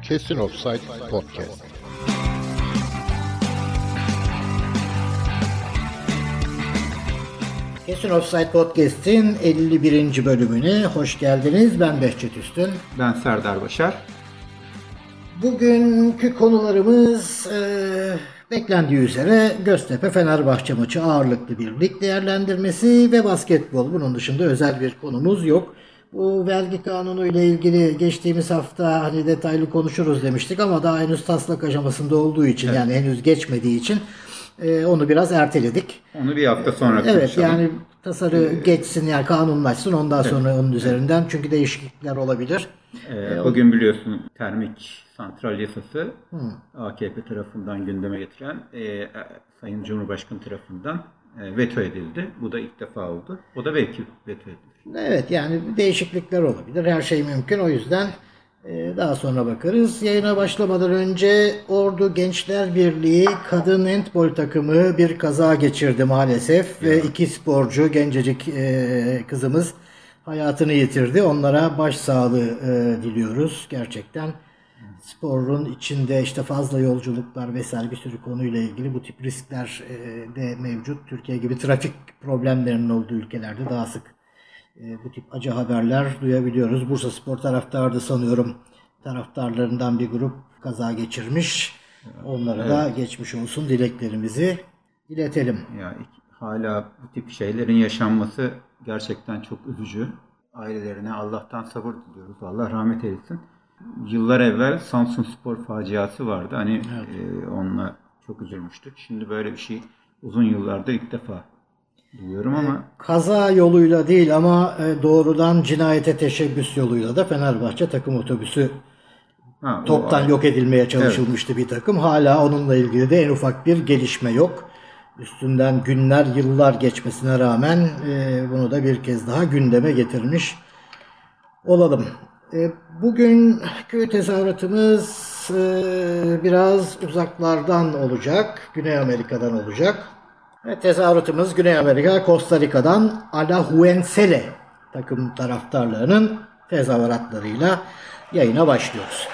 Kesin Offside Podcast. Kesin Offside Podcast'in 51. bölümüne hoş geldiniz. Ben Behçet Üstün. Ben Serdar Başar. Bugünkü konularımız beklendiği üzere Göztepe-Fenerbahçe maçı, ağırlıklı bir lig değerlendirmesi ve basketbol. Bunun dışında özel bir konumuz yok. Bu vergi kanunu ile ilgili geçtiğimiz hafta hani detaylı konuşuruz demiştik ama daha henüz taslak aşamasında olduğu için, evet, yani henüz geçmediği için onu biraz erteledik. Onu bir hafta sonra konuşalım. Evet, yani tasarı geçsin, yani kanunlaşsın, ondan sonra onun üzerinden, çünkü değişiklikler olabilir. Bugün biliyorsun termik santral yasası AKP tarafından gündeme getiren Sayın Cumhurbaşkanı tarafından veto edildi. Bu da ilk defa oldu. O da belki veto edilir. Evet, yani değişiklikler olabilir. Her şey mümkün. O yüzden daha sonra bakarız. Yayına başlamadan önce Ordu Gençler Birliği kadın handbol takımı bir kaza geçirdi maalesef. Ve iki sporcu, gencecik kızımız hayatını yitirdi. Onlara başsağlığı diliyoruz. Gerçekten sporun içinde işte fazla yolculuklar vesaire bir sürü konuyla ilgili bu tip riskler de mevcut. Türkiye gibi trafik problemlerinin olduğu ülkelerde daha sık bu tip acı haberler duyabiliyoruz. Bursaspor taraftarı da sanıyorum taraftarlarından bir grup kaza geçirmiş. Onlara da geçmiş olsun dileklerimizi iletelim. Yani hala bu tip şeylerin yaşanması gerçekten çok üzücü. Ailelerine Allah'tan sabır diliyoruz. Allah rahmet eylesin. Yıllar evvel Samsunspor faciası vardı. Hani onunla çok üzülmüştük. Şimdi böyle bir şey uzun yıllarda ilk defa duyuyorum ama kaza yoluyla değil ama doğrudan cinayete teşebbüs yoluyla da Fenerbahçe takım otobüsü toptan yok edilmeye çalışılmıştı, bir takım. Hala onunla ilgili de en ufak bir gelişme yok. Üstünden günler, yıllar geçmesine rağmen bunu da bir kez daha gündeme getirmiş olalım. Bugünkü tezahüratımız biraz uzaklardan olacak. Güney Amerika'dan olacak. Tezahüratımız Güney Amerika, Costa Rica'dan Alajuelense takım taraftarlarının tezahüratlarıyla yayına başlıyoruz.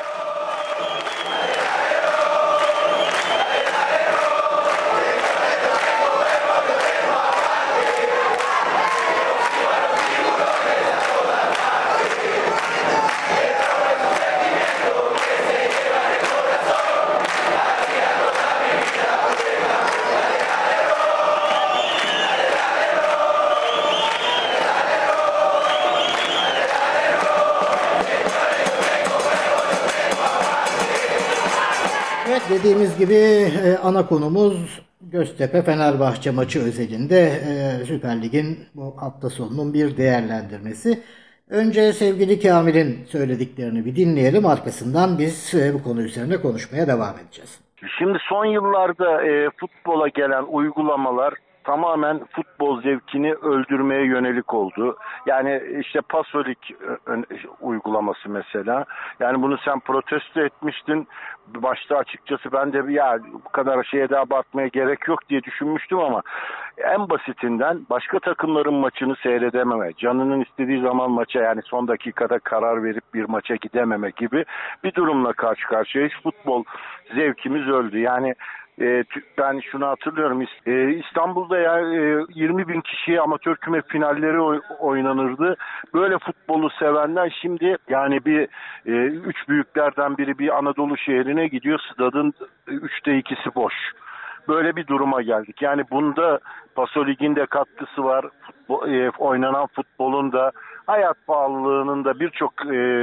Evet, dediğimiz gibi ana konumuz Göztepe-Fenerbahçe maçı özelinde Süper Lig'in bu hafta sonunun bir değerlendirmesi. Önce sevgili Kamil'in söylediklerini bir dinleyelim. Arkasından biz bu konu üzerine konuşmaya devam edeceğiz. Şimdi son yıllarda futbola gelen uygulamalar tamamen futbol zevkini öldürmeye yönelik oldu. Yani işte Pasolik uygulaması mesela. Yani bunu sen protesto etmiştin. Başta açıkçası ben de ya bu kadar şeye de abartmaya gerek yok diye düşünmüştüm ama en basitinden başka takımların maçını seyredememe, canının istediği zaman maça, yani son dakikada karar verip bir maça gidememe gibi bir durumla karşı karşıyayız. Futbol zevkimiz öldü. Yani ben şunu hatırlıyorum, İstanbul'da 20 bin kişiye amatör küme finalleri oynanırdı. Böyle futbolu sevenler şimdi yani bir üç büyüklerden biri bir Anadolu şehrine gidiyor, stadın 3'te 2'si boş. Böyle bir duruma geldik. Yani bunda Paso Lig'in de katkısı var. Oynanan futbolun da, hayat pahalılığının da birçok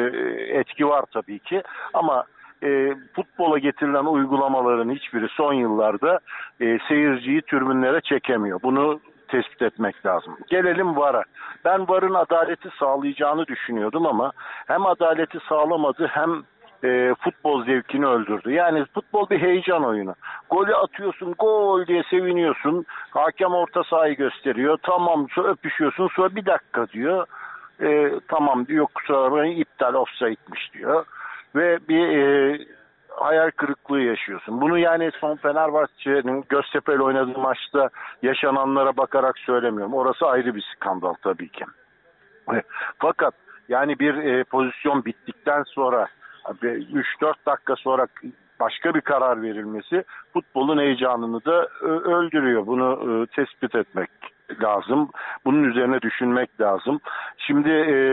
etki var tabii ki. Ama futbola getirilen uygulamaların hiçbiri son yıllarda seyirciyi tribünlere çekemiyor. Bunu tespit etmek lazım. Gelelim VAR'a. Ben VAR'ın adaleti sağlayacağını düşünüyordum ama hem adaleti sağlamadı hem futbol zevkini öldürdü. Yani futbol bir heyecan oyunu. Golü atıyorsun, gol diye seviniyorsun. Hakem orta sahayı gösteriyor. Tamam, öpüşüyorsun. Sonra bir dakika diyor. Tamam diyor, kusura bakmayın, iptal, offside'miş diyor. Ve bir hayal kırıklığı yaşıyorsun. Bunu yani son Fenerbahçe'nin Göztepe ile oynadığı maçta yaşananlara bakarak söylemiyorum. Orası ayrı bir skandal tabii ki. Fakat yani bir pozisyon bittikten sonra 3-4 dakika sonra başka bir karar verilmesi futbolun heyecanını da öldürüyor. Bunu tespit etmek lazım. Bunun üzerine düşünmek lazım. Şimdi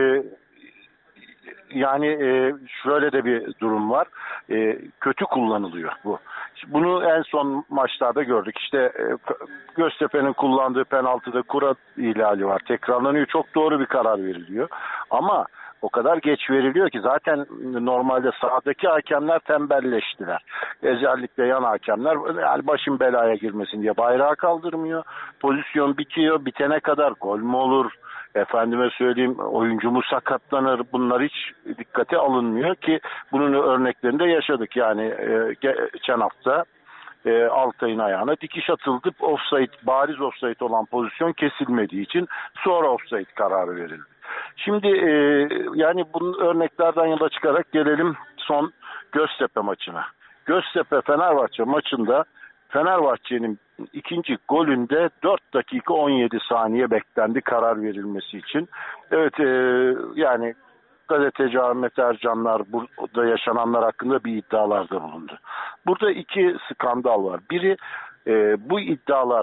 yani şöyle de bir durum var. Kötü kullanılıyor bu. Bunu en son maçlarda gördük. İşte Göztepe'nin kullandığı penaltıda kura ihlali var. Tekrarlanıyor. Çok doğru bir karar veriliyor. Ama o kadar geç veriliyor ki zaten normalde sahadaki hakemler tembelleştiler. Özellikle yan hakemler yani başın belaya girmesin diye bayrağı kaldırmıyor. Pozisyon bitiyor. Bitene kadar gol mü olur? Efendime söyleyeyim oyuncu mu sakatlanır? Bunlar hiç dikkate alınmıyor ki bunun örneklerini de yaşadık. Yani geçen hafta Altay'ın ayağına dikiş atıldı. Offside, bariz offside olan pozisyon kesilmediği için sonra offside kararı verildi. Şimdi yani bunun örneklerden yola çıkarak gelelim son Göztepe maçına. Göztepe-Fenerbahçe maçında Fenerbahçe'nin ikinci golünde 4 dakika 17 saniye beklendi karar verilmesi için. Evet yani gazeteci Ahmet Ercanlar burada yaşananlar hakkında bir iddialarda bulundu. Burada iki skandal var. Biri bu iddialar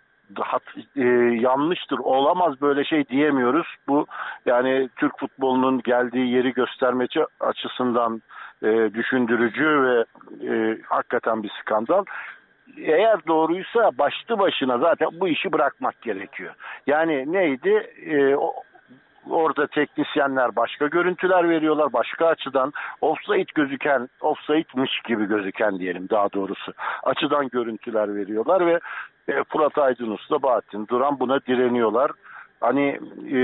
yanlıştır, olamaz böyle şey diyemiyoruz. Bu yani Türk futbolunun geldiği yeri göstermeci açısından düşündürücü ve hakikaten bir skandal. Eğer doğruysa başlı başına zaten bu işi bırakmak gerekiyor. Yani neydi? Orada teknisyenler başka görüntüler veriyorlar. Başka açıdan offside'miş gibi gözüken diyelim daha doğrusu. Açıdan görüntüler veriyorlar ve Fırat Aydınus'la Bahattin Duran buna direniyorlar. Hani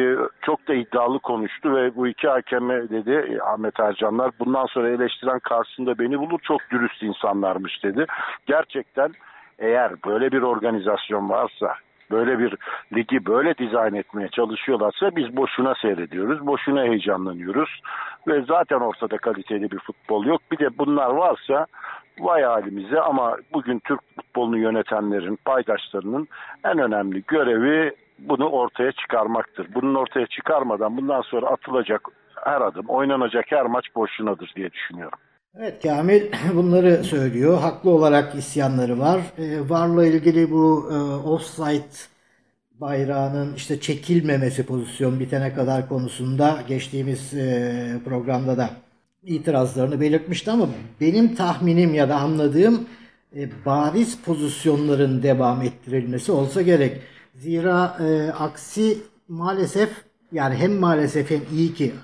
çok da iddialı konuştu ve bu iki hakeme dedi Ahmet Ercanlar bundan sonra eleştiren karşısında beni bulur, çok dürüst insanlarmış dedi. Gerçekten eğer böyle bir organizasyon varsa, böyle bir ligi böyle dizayn etmeye çalışıyorlarsa biz boşuna seyrediyoruz, boşuna heyecanlanıyoruz ve zaten ortada kaliteli bir futbol yok. Bir de bunlar varsa vay halimize, ama bugün Türk futbolunu yönetenlerin, paydaşlarının en önemli görevi bunu ortaya çıkarmaktır. Bunun ortaya çıkarmadan bundan sonra atılacak her adım, oynanacak her maç boşunadır diye düşünüyorum. Evet, Kamil bunları söylüyor. Haklı olarak isyanları var. VAR'la ilgili bu offside bayrağının işte çekilmemesi pozisyon bitene kadar konusunda geçtiğimiz programda da itirazlarını belirtmişti ama benim tahminim ya da anladığım bariz pozisyonların devam ettirilmesi olsa gerek. Zira aksi maalesef, yani hem maalesef hem iyi ki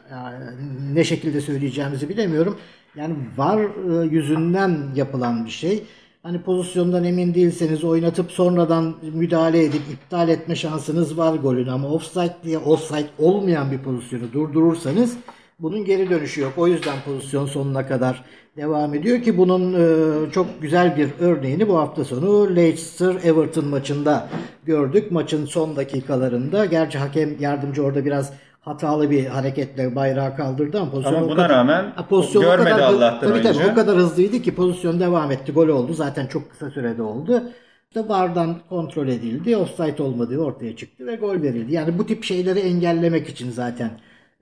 ne şekilde söyleyeceğimizi bilemiyorum. Yani VAR yüzünden yapılan bir şey. Hani pozisyondan emin değilseniz oynatıp sonradan müdahale edip iptal etme şansınız var golün, ama offside diye offside olmayan bir pozisyonu durdurursanız bunun geri dönüşü yok. O yüzden pozisyon sonuna kadar devam ediyor ki bunun çok güzel bir örneğini bu hafta sonu Leicester-Everton maçında gördük. Maçın son dakikalarında. Gerçi hakem yardımcı orada biraz hatalı bir hareketle bayrağı kaldırdı ama pozisyon buna rağmen görmedi Allah'tan oyuncu. Tabii o kadar hızlıydı ki pozisyon devam etti. Gol oldu. Zaten çok kısa sürede oldu. İşte VAR'dan kontrol edildi. Offside olmadığı ortaya çıktı ve gol verildi. Yani bu tip şeyleri engellemek için zaten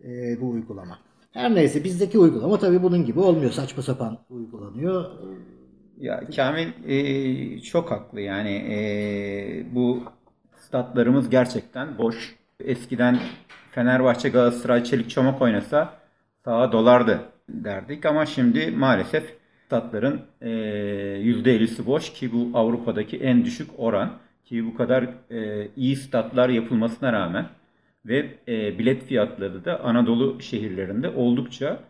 bu uygulama. Her neyse, bizdeki uygulama tabii bunun gibi olmuyor. Saçma sapan uygulanıyor. Ya Kamil çok haklı. Yani bu statlarımız gerçekten boş. Eskiden Fenerbahçe, Galatasaray, Çelik, Çomak oynasa saha dolardı derdik ama şimdi maalesef statların %50'si boş ki bu Avrupa'daki en düşük oran, ki bu kadar iyi statlar yapılmasına rağmen ve bilet fiyatları da Anadolu şehirlerinde oldukça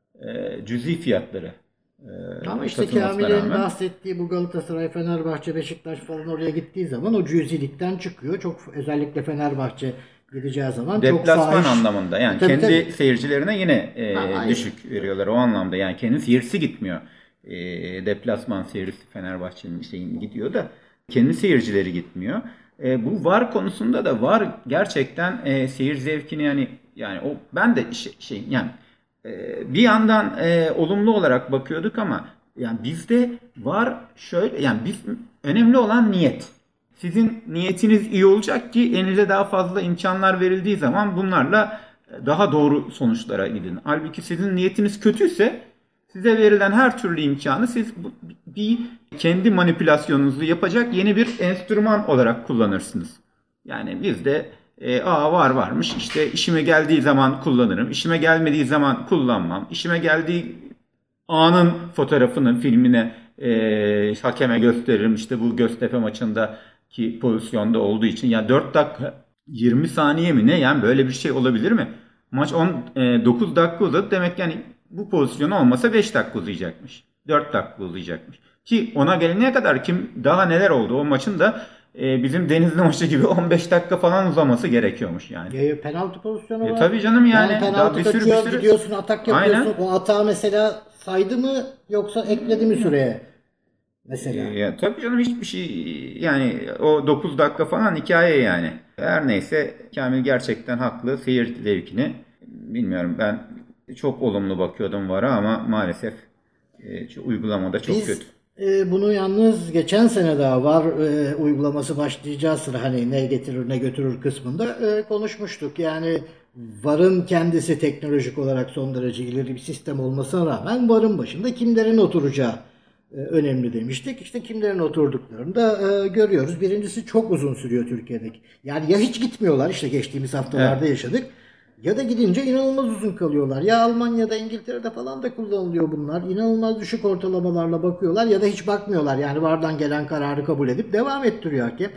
cüzi fiyatları. Ama işte Kamil'in bahsettiği bu Galatasaray, Fenerbahçe, Beşiktaş falan oraya gittiği zaman o cüzilikten çıkıyor. Çok, özellikle Fenerbahçe gideceği zaman deplasman çok fahiş anlamında, yani kendi seyircilerine yine düşük veriyorlar o anlamda. Yani kendi seyircisi gitmiyor. Deplasman seyircisi Fenerbahçe'nin gidiyor da kendi seyircileri gitmiyor. Bu VAR konusunda da VAR gerçekten seyir zevkini yani o ben de yani bir yandan olumlu olarak bakıyorduk ama yani bizde VAR şöyle, yani önemli olan niyet. Sizin niyetiniz iyi olacak ki elinize daha fazla imkanlar verildiği zaman bunlarla daha doğru sonuçlara gidin. Halbuki sizin niyetiniz kötüyse Size verilen her türlü imkanı siz bir kendi manipülasyonunuzu yapacak yeni bir enstrüman olarak kullanırsınız. Yani bizde varmış işte işime geldiği zaman kullanırım, işime gelmediği zaman kullanmam, işime geldiği anın fotoğrafını, filmine hakeme gösteririm. İşte bu Göztepe maçındaki pozisyonda olduğu için. Yani 4 dakika 20 saniye mi ne? Yani böyle bir şey olabilir mi? Maç 9 dakika uzadı. Demek yani bu pozisyon olmasa 5 dakika uzayacakmış. 4 dakika uzayacakmış. Ki ona gelene kadar kim daha neler oldu? O maçın da bizim Denizli maçı gibi 15 dakika falan uzaması gerekiyormuş yani. Penaltı pozisyonu var. Tabii canım yani. Penaltı kaçıyor, gidiyorsun atak yapıyorsun. Aynen. O atağı mesela saydı mı yoksa ekledi mi süreye? Mesela. Tabii canım hiçbir şey yani o 9 dakika falan hikaye yani. Her neyse Kamil gerçekten haklı. Seyir zevkini bilmiyorum ben çok olumlu bakıyordum VAR'a ama maalesef uygulamada çok kötü. Bunu yalnız geçen sene daha VAR uygulaması başlayacağı sıra hani ne getirir ne götürür kısmında konuşmuştuk. Yani VAR'ın kendisi teknolojik olarak son derece ileri bir sistem olmasına rağmen VAR'ın başında kimlerin oturacağı önemli demiştik. İşte kimlerin oturduklarını da görüyoruz. Birincisi çok uzun sürüyor Türkiye'deki. Yani ya hiç gitmiyorlar işte geçtiğimiz haftalarda yaşadık. Ya da gidince inanılmaz uzun kalıyorlar. Ya Almanya'da, İngiltere'de falan da kullanılıyor bunlar. İnanılmaz düşük ortalamalarla bakıyorlar ya da hiç bakmıyorlar. Yani VAR'dan gelen kararı kabul edip devam ettiriyor hakem.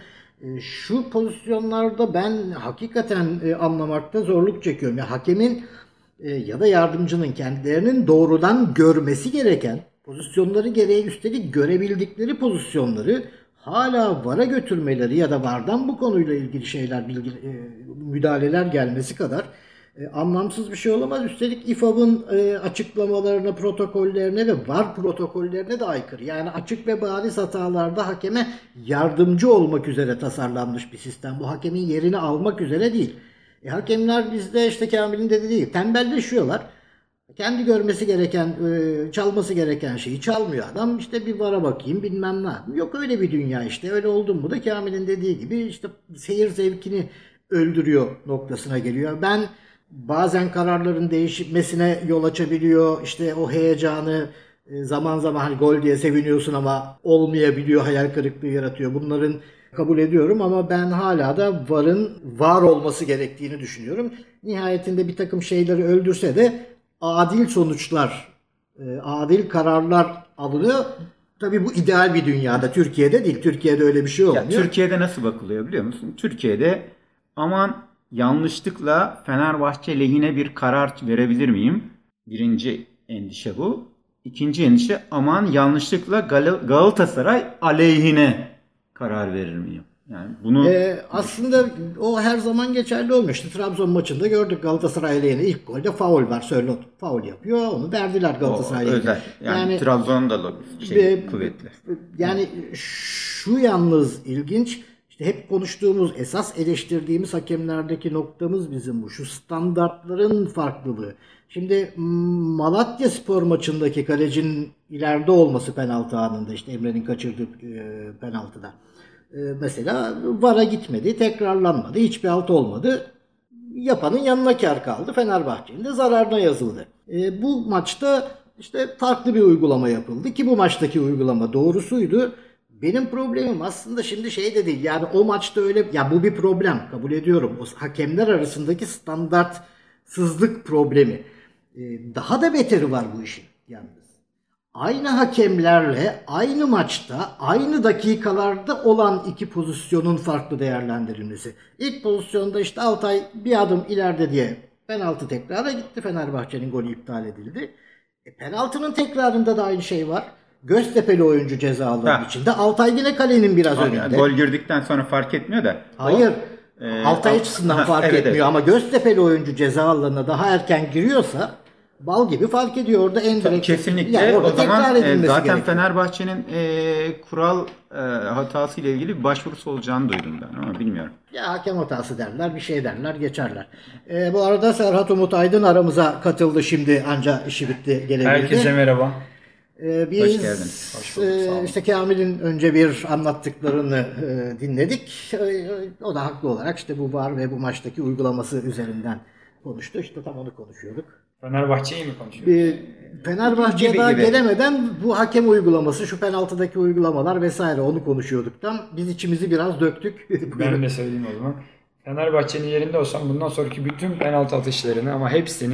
Şu pozisyonlarda ben hakikaten anlamakta zorluk çekiyorum. Ya hakemin ya da yardımcının kendilerinin doğrudan görmesi gereken pozisyonları gereği üstelik görebildikleri pozisyonları hala VAR'a götürmeleri ya da VAR'dan bu konuyla ilgili şeyler, müdahaleler gelmesi kadar anlamsız bir şey olamaz. Üstelik İFAB'ın açıklamalarına, protokollerine ve VAR protokollerine de aykırı. Yani açık ve bariz hatalarda hakeme yardımcı olmak üzere tasarlanmış bir sistem. Bu hakemin yerini almak üzere değil. Hakemler bizde işte Kamil'in dediği gibi tembelleşiyorlar. Kendi görmesi gereken, çalması gereken şeyi çalmıyor adam. İşte bir VAR'a bakayım bilmem ne. Yok öyle bir dünya işte. Öyle oldu mu da Kamil'in dediği gibi işte seyir zevkini öldürüyor noktasına geliyor. Ben bazen kararların değişmesine yol açabiliyor. İşte o heyecanı zaman zaman hani gol diye seviniyorsun ama olmayabiliyor, hayal kırıklığı yaratıyor. Bunların kabul ediyorum ama ben hala da VAR'ın var olması gerektiğini düşünüyorum. Nihayetinde bir takım şeyleri öldürse de adil sonuçlar, adil kararlar alınıyor. Tabii bu ideal bir dünyada. Türkiye'de değil. Türkiye'de öyle bir şey olmuyor. Ya, Türkiye'de nasıl bakılıyor biliyor musun? Türkiye'de aman yanlışlıkla Fenerbahçe lehine bir karar verebilir miyim? Birinci endişe bu. İkinci endişe aman yanlışlıkla Galatasaray aleyhine karar verir miyim? Yani bunu aslında o her zaman geçerli olmuştu. Trabzon maçında gördük Galatasaray aleyhine ilk golde faul var. Sörloth faul yapıyor. Onu verdiler Galatasaray'a. Özel. Yani Trabzon'da da kuvvetli. Yani şu yalnız ilginç. İşte hep konuştuğumuz, esas eleştirdiğimiz hakemlerdeki noktamız bizim bu. Şu standartların farklılığı. Şimdi Malatyaspor maçındaki kalecinin ileride olması penaltı anında işte Emre'nin kaçırdığı penaltıda. Mesela VAR'a gitmedi, tekrarlanmadı, hiçbir alt olmadı. Yapanın yanına kar kaldı. Fenerbahçe'nin de zararına yazıldı. Bu maçta işte farklı bir uygulama yapıldı ki bu maçtaki uygulama doğrusuydu. Benim problemim aslında şimdi şey de değil. Yani o maçta öyle ya bu bir problem kabul ediyorum. O hakemler arasındaki standartsızlık problemi. Daha da beteri var bu işin yalnız. Aynı hakemlerle aynı maçta aynı dakikalarda olan iki pozisyonun farklı değerlendirilmesi. İlk pozisyonda işte Altay bir adım ileride diye penaltı tekrara gitti. Fenerbahçe'nin golü iptal edildi. Penaltının tekrarında da aynı şey var. Göztepe'li oyuncu ceza alanının içinde. Altay yine kalenin biraz önünde. Yani gol girdikten sonra fark etmiyor da. Hayır. Altay açısından fark etmiyor ama Göztepe'li oyuncu ceza alanına daha erken giriyorsa bal gibi fark ediyor orada en direkt. Kesinlikle. Yani o zaman zaten gerekiyor. Fenerbahçe'nin kural hatası ile ilgili bir başvurusu olacağını duydum ben ama bilmiyorum. Ya hakem hatası derler, bir şey derler, geçerler. Bu arada Serhat Umut Aydın aramıza katıldı şimdi anca işi bitti gelebildi. Herkese merhaba. Biz hoş geldiniz. Hoş bulduk, işte Kamil'in önce bir anlattıklarını dinledik. O da haklı olarak işte bu VAR ve bu maçtaki uygulaması üzerinden konuştu. İşte tam onu konuşuyorduk. Fenerbahçe'yi mi konuşuyoruz? Fenerbahçe'ye Gibi daha gibi. gelemeden bu hakem uygulaması, şu penaltıdaki uygulamalar vesaire onu konuşuyorduk tam. Biz içimizi biraz döktük. Ben de söyleyeyim o zaman. Fenerbahçe'nin yerinde olsam bundan sonraki bütün penaltı atışlarını ama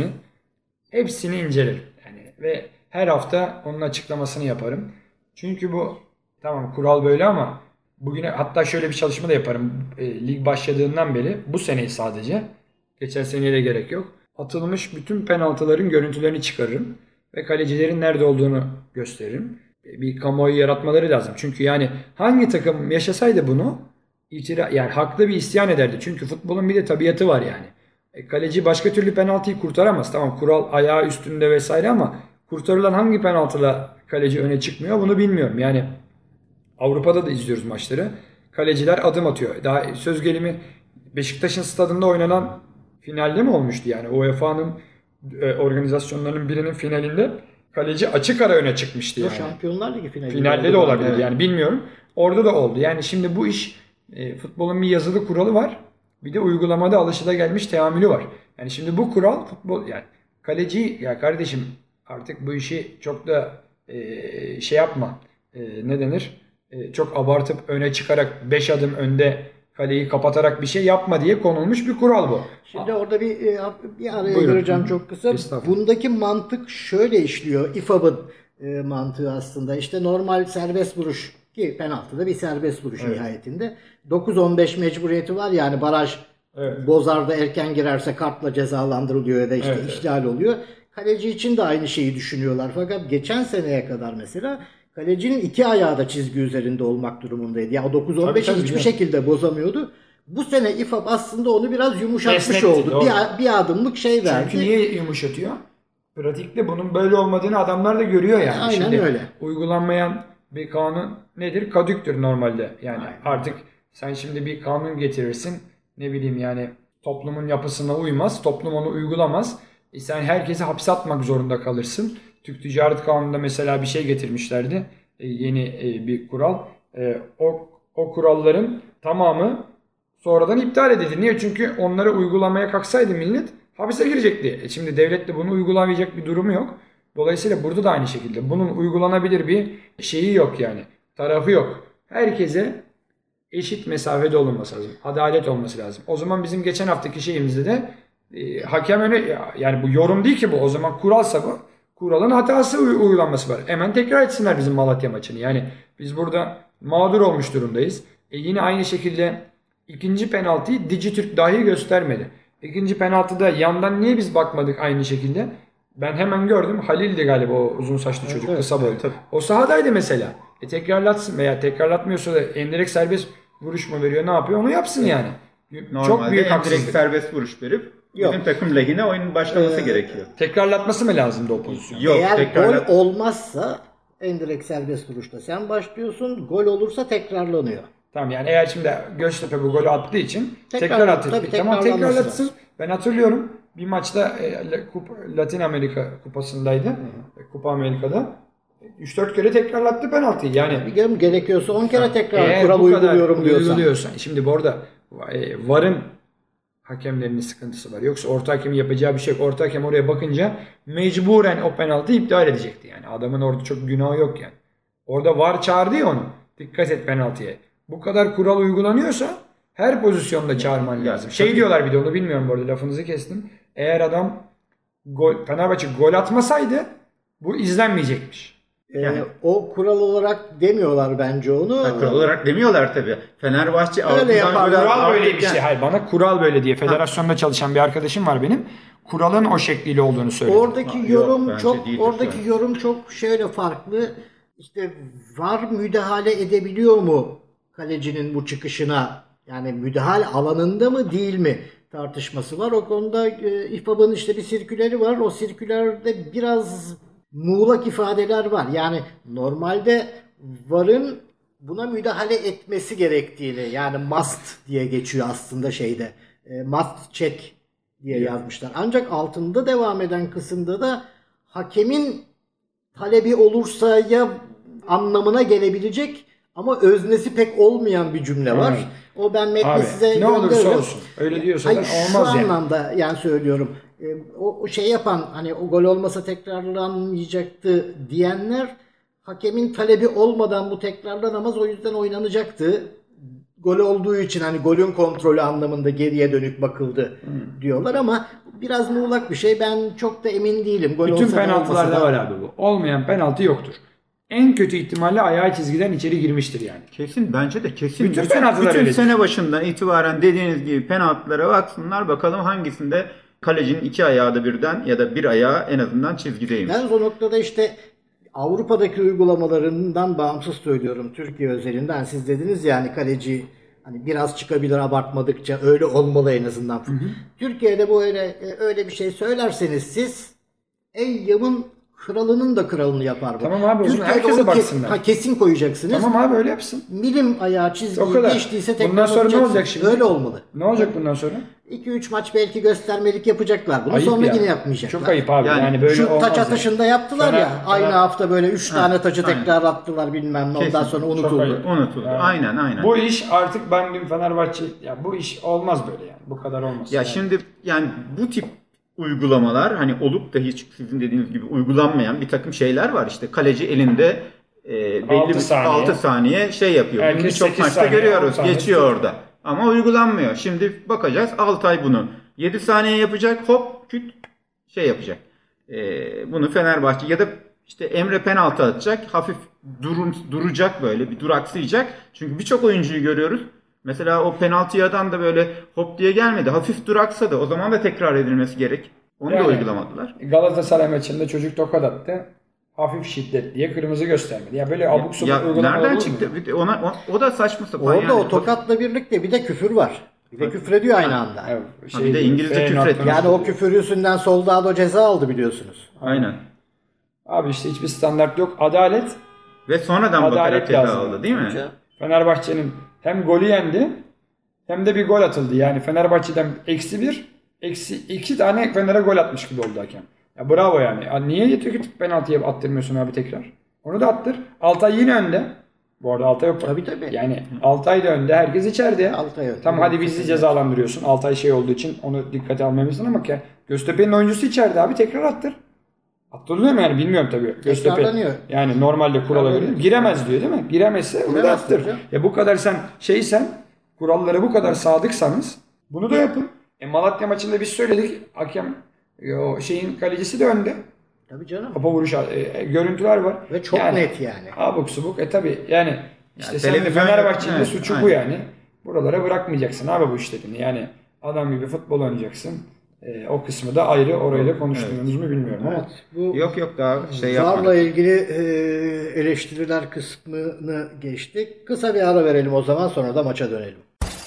hepsini incelerim. Yani ve her hafta onun açıklamasını yaparım. Çünkü bu tamam kural böyle ama bugüne hatta şöyle bir çalışma da yaparım. Lig başladığından beri bu seneyi sadece geçen seneye de gerek yok. Atılmış bütün penaltıların görüntülerini çıkarırım ve kalecilerin nerede olduğunu gösteririm. Bir kamuoyu yaratmaları lazım. Çünkü yani hangi takım yaşasaydı bunu yani haklı bir isyan ederdi. Çünkü futbolun bir de tabiatı var yani. Kaleci başka türlü penaltıyı kurtaramaz. Tamam kural ayağı üstünde vesaire ama kurtarılan hangi penaltıla kaleci öne çıkmıyor bunu bilmiyorum. Yani Avrupa'da da izliyoruz maçları. Kaleciler adım atıyor. Daha söz gelimi Beşiktaş'ın stadında oynanan finalde mi olmuştu yani? UEFA'nın organizasyonlarının birinin finalinde kaleci açık ara öne çıkmıştı yani. Şampiyonlar Ligi Finalde de olabilir evet. Yani bilmiyorum. Orada da oldu. Yani şimdi bu iş futbolun bir yazılı kuralı var. Bir de uygulamada alışılagelmiş teamülü var. Yani şimdi bu kural futbol yani kaleci ya kardeşim artık bu işi çok da şey yapma. Ne denir? Çok abartıp öne çıkarak 5 adım önde kaleyi kapatarak bir şey yapma diye konulmuş bir kural bu. Şimdi orada bir araya Buyurun. gireceğim çok kısa. Bundaki mantık şöyle işliyor. İFAB'ın mantığı aslında. İşte normal serbest vuruş ki penaltıda bir serbest vuruş nihayetinde. 9-15 mecburiyeti var yani baraj bozarda erken girerse kartla cezalandırılıyor ya da işte ihlal oluyor. Kaleci için de aynı şeyi düşünüyorlar. Fakat geçen seneye kadar mesela kalecinin iki ayağı da çizgi üzerinde olmak durumundaydı. Ya o 9-15'i hiçbir şekilde bozamıyordu. Bu sene İFAB aslında onu biraz yumuşatmış Esnetti, oldu. Bir adımlık şey verdi. Çünkü niye yumuşatıyor? Pratikte bunun böyle olmadığını adamlar da görüyor yani. Aynen şimdi öyle. Uygulanmayan bir kanun nedir? Kadüktür normalde. Yani artık sen şimdi bir kanun getirirsin. Ne bileyim yani toplumun yapısına uymaz. Toplum onu uygulamaz. Sen herkesi hapse atmak zorunda kalırsın. Türk Ticaret Kanunu'nda mesela bir şey getirmişlerdi. Yeni bir kural. O kuralların tamamı sonradan iptal edildi. Niye? Çünkü onları uygulamaya kalksaydı millet hapise girecekti. Şimdi devlet de bunu uygulamayacak bir durumu yok. Dolayısıyla burada da aynı şekilde. Bunun uygulanabilir bir şeyi yok yani. Tarafı yok. Herkese eşit mesafede olunması lazım. Adalet olması lazım. O zaman bizim geçen haftaki şeyimizde de hakem öne yani bu yorum değil ki bu. O zaman kuralsa bu. Kuralın hatası uygulanması var. Hemen tekrar etsinler bizim Malatya maçını. Yani biz burada mağdur olmuş durumdayız. Yine aynı şekilde ikinci penaltıyı Dijitürk dahi göstermedi. İkinci penaltıda yandan niye biz bakmadık aynı şekilde? Ben hemen gördüm. Halil'di galiba o uzun saçlı çocuk. Kısa boylu. O sahadaydı mesela. Tekrarlatsın veya tekrarlatmıyorsa da endirekt serbest vuruş mu veriyor ne yapıyor onu yapsın yani. Normalde çok büyük endirekt haksızlık. serbest vuruş verip bizim takım lehine oyunun başlaması gerekiyor. Tekrarlatması mı lazımdı o pozisyon? Yok, Eğer gol olmazsa endirekt serbest vuruşta sen başlıyorsun. Gol olursa tekrarlanıyor. Tamam yani eğer şimdi Göztepe bu golü attığı için tekrar atır. tabii, Tamam tekrarlanması tekrarlatsın. lazım. Ben hatırlıyorum bir maçta Latin Amerika kupasındaydı. Kupa Amerika'da. 3-4 kere tekrarlattı penaltıyı. Yani Gerekiyorsa 10 kere tekrar eğer kural bu kadar uyguluyorum diyorsan. Şimdi bu arada VAR'ın hakemlerinin sıkıntısı var. Yoksa orta hakemin yapacağı bir şey yok. Orta hakem oraya bakınca mecburen o penaltıyı iptal edecekti yani. Adamın orada çok günahı yok yani. Orada VAR çağırdı ya onu. Dikkat et penaltıya. Bu kadar kural uygulanıyorsa her pozisyonda çağırman lazım. Şey diyorlar bir de onu bilmiyorum bu arada lafınızı kestim. Eğer adam Fenerbahçe gol atmasaydı bu izlenmeyecekmiş. Yani. O kural olarak demiyorlar bence onu. Kural olarak demiyorlar tabii. Fenerbahçe öyle yapar. Kural böyleymiş. Hayır bana kural böyle diye. Federasyonda çalışan bir arkadaşım var benim. Kuralın o şekliyle olduğunu söyledi. Oradaki yorum çok şöyle farklı. İşte VAR müdahale edebiliyor mu kalecinin bu çıkışına? Yani müdahale alanında mı değil mi tartışması var. O konuda İFAB'ın işte bir sirküleri var. O sirkülerde biraz muğlak ifadeler var. Yani normalde VAR'ın buna müdahale etmesi gerektiğini yani must diye geçiyor aslında şeyde. Must check diye yazmışlar. Ancak altında devam eden kısımda da hakemin talebi olursa ya anlamına gelebilecek ama öznesi pek olmayan bir cümle var. O ben metni size ne gönderirim. olursa olsun. Öyle diyorsa da olmaz şu yani. anlamda yani söylüyorum. o şey yapan, hani o gol olmasa tekrarlanmayacaktı diyenler, hakemin talebi olmadan bu tekrarlanamaz, o yüzden oynanacaktı. Gol olduğu için hani golün kontrolü anlamında geriye dönük bakıldı diyorlar ama biraz muğlak bir şey. Ben çok da emin değilim. Gol Bütün olsa da penaltılarda olmasa da. var abi bu. Olmayan penaltı yoktur. En kötü ihtimalle ayağı çizgiden içeri girmiştir yani. Kesin, bence de kesin. Bütün penaltılar bütün öyledir. sene başından itibaren dediğiniz gibi penaltılara baksınlar, bakalım hangisinde kalecinin iki ayağı da birden ya da bir ayağı en azından çizgideymiş. Ben o noktada işte Avrupa'daki uygulamalarından bağımsız söylüyorum. Türkiye özelinden siz dediniz ya hani kaleci hani biraz çıkabilir abartmadıkça, öyle olmalı en azından. Türkiye'de bu öyle bir şey söylerseniz siz Eyyam'ın kralının da kralını yapar bu. Tamam abi, o zaman Türkiye'de herkese onu baksınlar. kesin koyacaksınız. Tamam abi, öyle yapsın. Milim ayağı O çizgiyi kadar. geçtiyse tekrar Bundan sonra ne olacaksın. olacak şimdi? Öyle olmalı. Ne olacak bundan sonra? 2-3 maç belki göstermelik yapacaklar bunu. Ayıp Sonra ya. yine yapmayacaklar. Çok ayıp abi. Yani Yani böyle Şu olmaz taç yani. atışında yaptılar ya. Fener- Aynı hafta böyle 3 tane taçı aynen. tekrar attılar bilmem ne. Ondan Kesin. sonra Çok unutuldu. ayıp. Unutuldu. Yani Aynen. Bu iş artık, ben dün Fenerbahçe, ya bu iş olmaz böyle yani. Bu kadar olmaz. Ya yani. şimdi yani bu tip uygulamalar hani olup da hiç sizin dediğiniz gibi uygulanmayan bir takım şeyler var. İşte kaleci elinde belli 6 bir saniye. 6 saniye şey yapıyor. Bunu Herkes birçok 8 maçta saniye, 10 görüyoruz. saniye Geçiyor tutuyor. orada. Ama uygulanmıyor. Şimdi bakacağız, Altay bunu 7 saniye yapacak, hop küt şey yapacak. Bunu Fenerbahçe ya da işte Emre penaltı atacak, hafif duracak, böyle bir duraksayacak. Çünkü birçok oyuncuyu görüyoruz. Mesela o penaltıyadan da böyle hop diye gelmedi. Hafif duraksadı. O zaman da tekrar edilmesi gerek. Onu da Yani uygulamadılar. Galatasaray maçında çocuk tokat attı. Hafif şiddet diye kırmızı göstermedi. Ya böyle abuk subuk Ya uygulamalar nereden olur çıktı? mu? Bir de o da saçma sapan. Orada yani. o tokatla birlikte bir de küfür var. Bir de küfrediyor aynı anda. Evet, bir de İngilizce F küfür nokta etmiş. Yani o küfür yüzünden Soldado ceza aldı biliyorsunuz. Aynen. Abi işte hiçbir standart yok. Adalet. Ve sonradan Adalet bakarak ceza lazım. aldı değil mi? Fenerbahçe'nin hem golü yendi hem de bir gol atıldı. Yani Fenerbahçe'den -1, -2 tane Fener'e gol atmış gibi oldu hakem. Ya bravo yani. Ya niye yetiyor ki penaltıya attırmıyorsun abi tekrar? Onu da attır. Altay yine önde. Bu arada Altay yok. Tabii. Yani Altay da önde. Herkes içeride. Altay önde. Tamam, hadi bizi cezalandırıyorsun. Altay şey olduğu için onu dikkate almamızdan, ama Göztepe'nin oyuncusu içeride abi, tekrar attır. Attırılıyor mu yani, bilmiyorum tabii. Göztepe Tekrarlanıyor. yani normalde kurala göre giremez diyor değil mi? Giremezse onu da Giremez attır. hocam. Ya bu kadar sen kurallara bu kadar sadıksanız bunu da yapın. Malatya maçında biz söyledik, hakem kalecisi de önde. Tabii canım. Kafa vuruş görüntüler var. Ve çok net yani. Abuk subuk. Tabii yani işte sen de televizyon Fenerbahçe'nin yok. de suçu Evet, bu aynen. yani. Buralara bırakmayacaksın abi bu işlerini. Yani adam gibi futbol oynayacaksın. O kısmı da ayrı. Orayı da konuştuğumuz mu bilmiyorum. Evet. Bu Yok daha şey VAR'la yapmadık. ilgili eleştiriler kısmını geçtik. Kısa bir ara verelim o zaman, sonra da maça dönelim.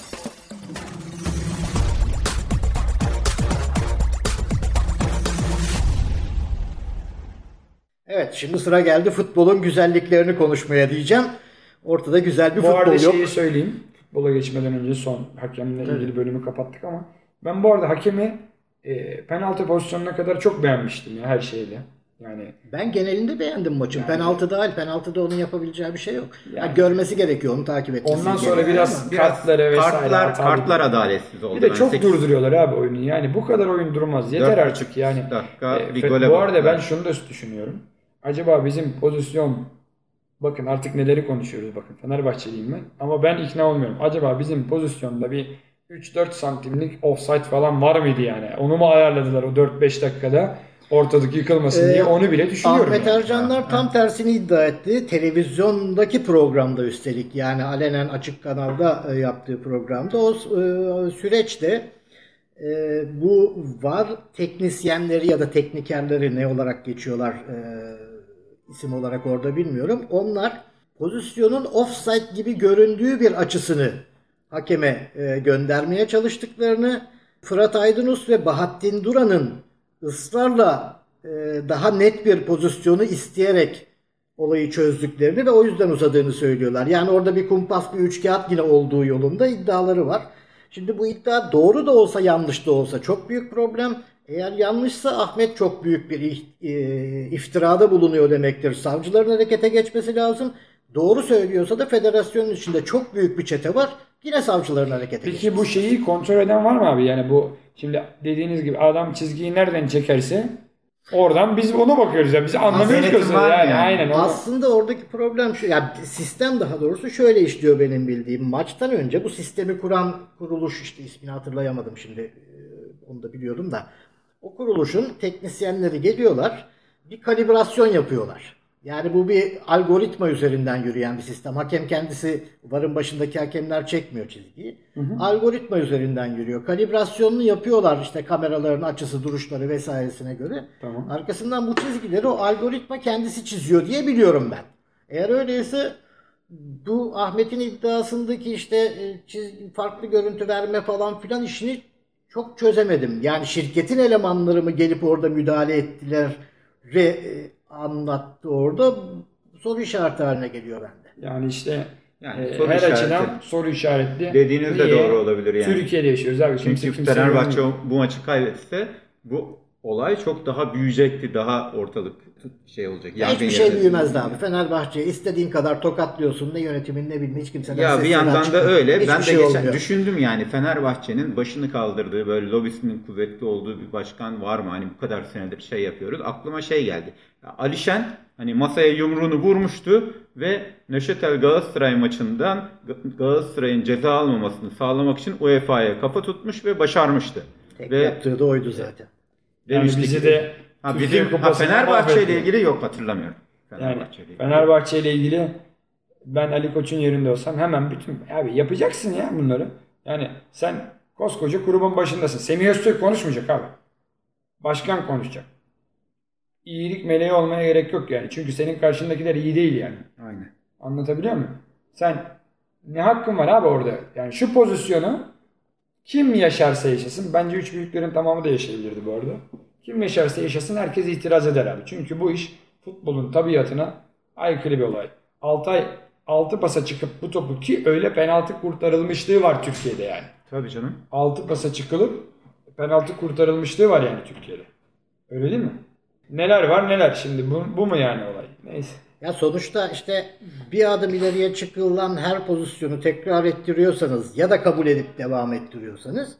Evet, şimdi sıra geldi futbolun güzelliklerini konuşmaya diyeceğim. Ortada güzel bir Bu arada futbol yok. şeyi söyleyeyim. Futbola geçmeden önce son hakemle ilgili bölümü kapattık ama ben bu arada hakemi penaltı pozisyonuna kadar çok beğenmiştim ya, her şeyle. Yani Ben genelinde beğendim maçın. Penaltı dahil. Penaltıda onun yapabileceği bir şey yok. Yani. Görmesi gerekiyor, onu takip etmesi. ondan sonra gerekiyor. biraz kartları vesaire. Kartlar adaletsiz oldu. Bir de Yani çok 8 durduruyorlar abi oyunu. Yani bu kadar oyun durmaz. Yeter 4,5 artık yani. dakika bir gole Bu arada baktılar. ben şunu da düşünüyorum. Acaba bizim pozisyon, bakın artık neleri konuşuyoruz, bakın Fenerbahçeliyim ben ama ben ikna olmuyorum. Acaba bizim pozisyonda bir 3-4 santimlik offside falan var mıydı yani? Onu mu ayarladılar o 4-5 dakikada ortalık yıkılmasın diye, onu bile düşünüyorum. Ahmet yani. Ercanlar tam tersini iddia etti. Televizyondaki programda, üstelik yani alenen açık kanalda yaptığı programda o süreçte bu VAR teknisyenleri ya da teknikerleri, ne olarak geçiyorlar isim olarak orada bilmiyorum. Onlar pozisyonun offside gibi göründüğü bir açısını hakeme göndermeye çalıştıklarını, Fırat Aydınus ve Bahattin Duran'ın ısrarla daha net bir pozisyonu isteyerek olayı çözdüklerini ve o yüzden uzadığını söylüyorlar. Yani orada bir kumpas, bir üçkağıt yine olduğu yolunda iddiaları var. Şimdi bu iddia doğru da olsa yanlış da olsa çok büyük problem. Eğer yanlışsa Ahmet çok büyük bir iftirada bulunuyor demektir. Savcıların harekete geçmesi lazım. Doğru söylüyorsa da federasyonun içinde çok büyük bir çete var. yine savcıların harekete Peki geçmesi. bu şeyi kontrol eden var mı abi? Yani bu şimdi dediğiniz gibi adam çizgiyi nereden çekerse oradan biz ona bakıyoruz ya. Biz anlamıyoruz denetim gözle. var mı Yani yani? aynen onu. Aslında oradaki problem şu, yani sistem daha doğrusu şöyle işliyor benim bildiğim. Maçtan önce bu sistemi kuran kuruluş, işte ismini hatırlayamadım şimdi, onu da biliyordum da. O kuruluşun teknisyenleri geliyorlar, bir kalibrasyon yapıyorlar. Yani bu bir algoritma üzerinden yürüyen bir sistem. Hakem kendisi, VAR'ın başındaki hakemler çekmiyor çizgiyi. Algoritma üzerinden yürüyor. Kalibrasyonunu yapıyorlar işte kameraların açısı, duruşları vesairesine göre. Tamam. Arkasından bu çizgileri o algoritma kendisi çiziyor diye biliyorum ben. Eğer öyleyse bu Ahmet'in iddiasındaki işte farklı görüntü verme falan filan işini çok çözemedim. Yani şirketin elemanları mı gelip orada müdahale ettiler anlattı orada, soru işareti haline geliyor bende. Yani işte soru her işareti. açıdan soru işaretli. Dediğiniz de Niye? doğru olabilir yani. Türkiye'de yaşıyoruz abi. Çünkü Fenerbahçe bu maçı kaybetse bu olay çok daha büyüyecekti. Daha ortalık şey olacak. Hiçbir şey büyümezdi abi. Fenerbahçe'ye istediğin kadar tokatlıyorsun. Ne yönetimin ne bilme hiç kimseden ya ses bir yandan çıkmıyor. da öyle. Hiçbir Ben de şey geçen olmuyor. düşündüm yani Fenerbahçe'nin başını kaldırdığı, böyle lobisinin kuvvetli olduğu bir başkan var mı? Hani bu kadar senedir şey yapıyoruz. Aklıma şey geldi. Ya Alişen hani masaya yumruğunu vurmuştu ve Neuchâtel Galatasaray maçından Galatasaray'ın ceza almamasını sağlamak için UEFA'ya kafa tutmuş ve başarmıştı. Tek Ve yaptığı da oydu zaten. Yani demiştik bizi ki- de Türkiye bizim Kupası'na Fenerbahçe ile mahvetti. ilgili yok, hatırlamıyorum. Yani ilgili. Fenerbahçe ile ilgili ben Ali Koç'un yerinde olsam hemen bütün abi yapacaksın ya bunları. Yani sen koskoca grubun başındasın. Semih Öztürk konuşmayacak abi. Başkan konuşacak. İyilik meleği olmaya gerek yok yani. Çünkü senin karşındakiler iyi değil yani. Aynen. Anlatabiliyor muyum? Sen ne hakkın var abi orada? Yani şu pozisyonu kim yaşarsa yaşasın. Bence üç büyüklerin tamamı da yaşayabilirdi bu arada. Kim yaşarsa yaşasın herkes itiraz eder abi. Çünkü bu iş futbolun tabiatına aykırı bir olay. Altay 6 pasa çıkıp bu topu, ki öyle penaltı kurtarılmışlığı var Türkiye'de yani. Tabii canım. 6 pasa çıkılıp penaltı kurtarılmışlığı var yani Türkiye'de. Öyle değil mi? Neler var neler şimdi bu mu yani olay? Neyse. Ya sonuçta işte bir adım ileriye çıkılan her pozisyonu tekrar ettiriyorsanız ya da kabul edip devam ettiriyorsanız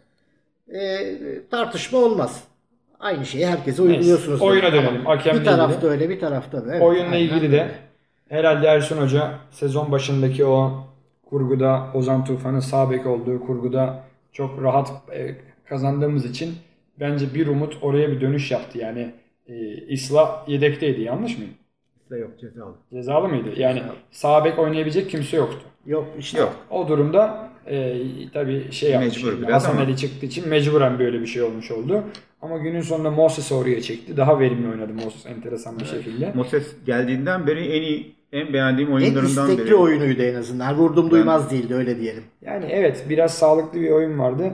tartışma olmaz. Aynı şeyi herkese uyguluyorsunuz. Oyuna Ama dönelim. Hakemle bir tarafta ilgili. öyle, bir tarafta böyle. Evet, Oyunla aynen ilgili öyle. de herhalde Ersun Hoca sezon başındaki o kurguda Ozan Tufan'ın sağ bek olduğu kurguda çok rahat kazandığımız için bence bir umut oraya bir dönüş yaptı. Yani İsla yedekteydi, yanlış mıyım? Yok, cezalı. Cezalı mıydı? Yani sağ bek oynayabilecek kimse yoktu. Yok işte. Yok. O durumda tabii şey yapmış. Mecbur biraz Hasan ama. Ali çıktığı için mecburen böyle bir şey olmuş oldu. Ama günün sonunda Moses'i oraya çekti. Daha verimli oynadı Moses enteresan bir şekilde. Moses geldiğinden beri en beğendiğim En oyunlarından istekli biri. oyunuydu en azından. Vurdum duymaz değildi, öyle diyelim. Yani evet, biraz sağlıklı bir oyun vardı.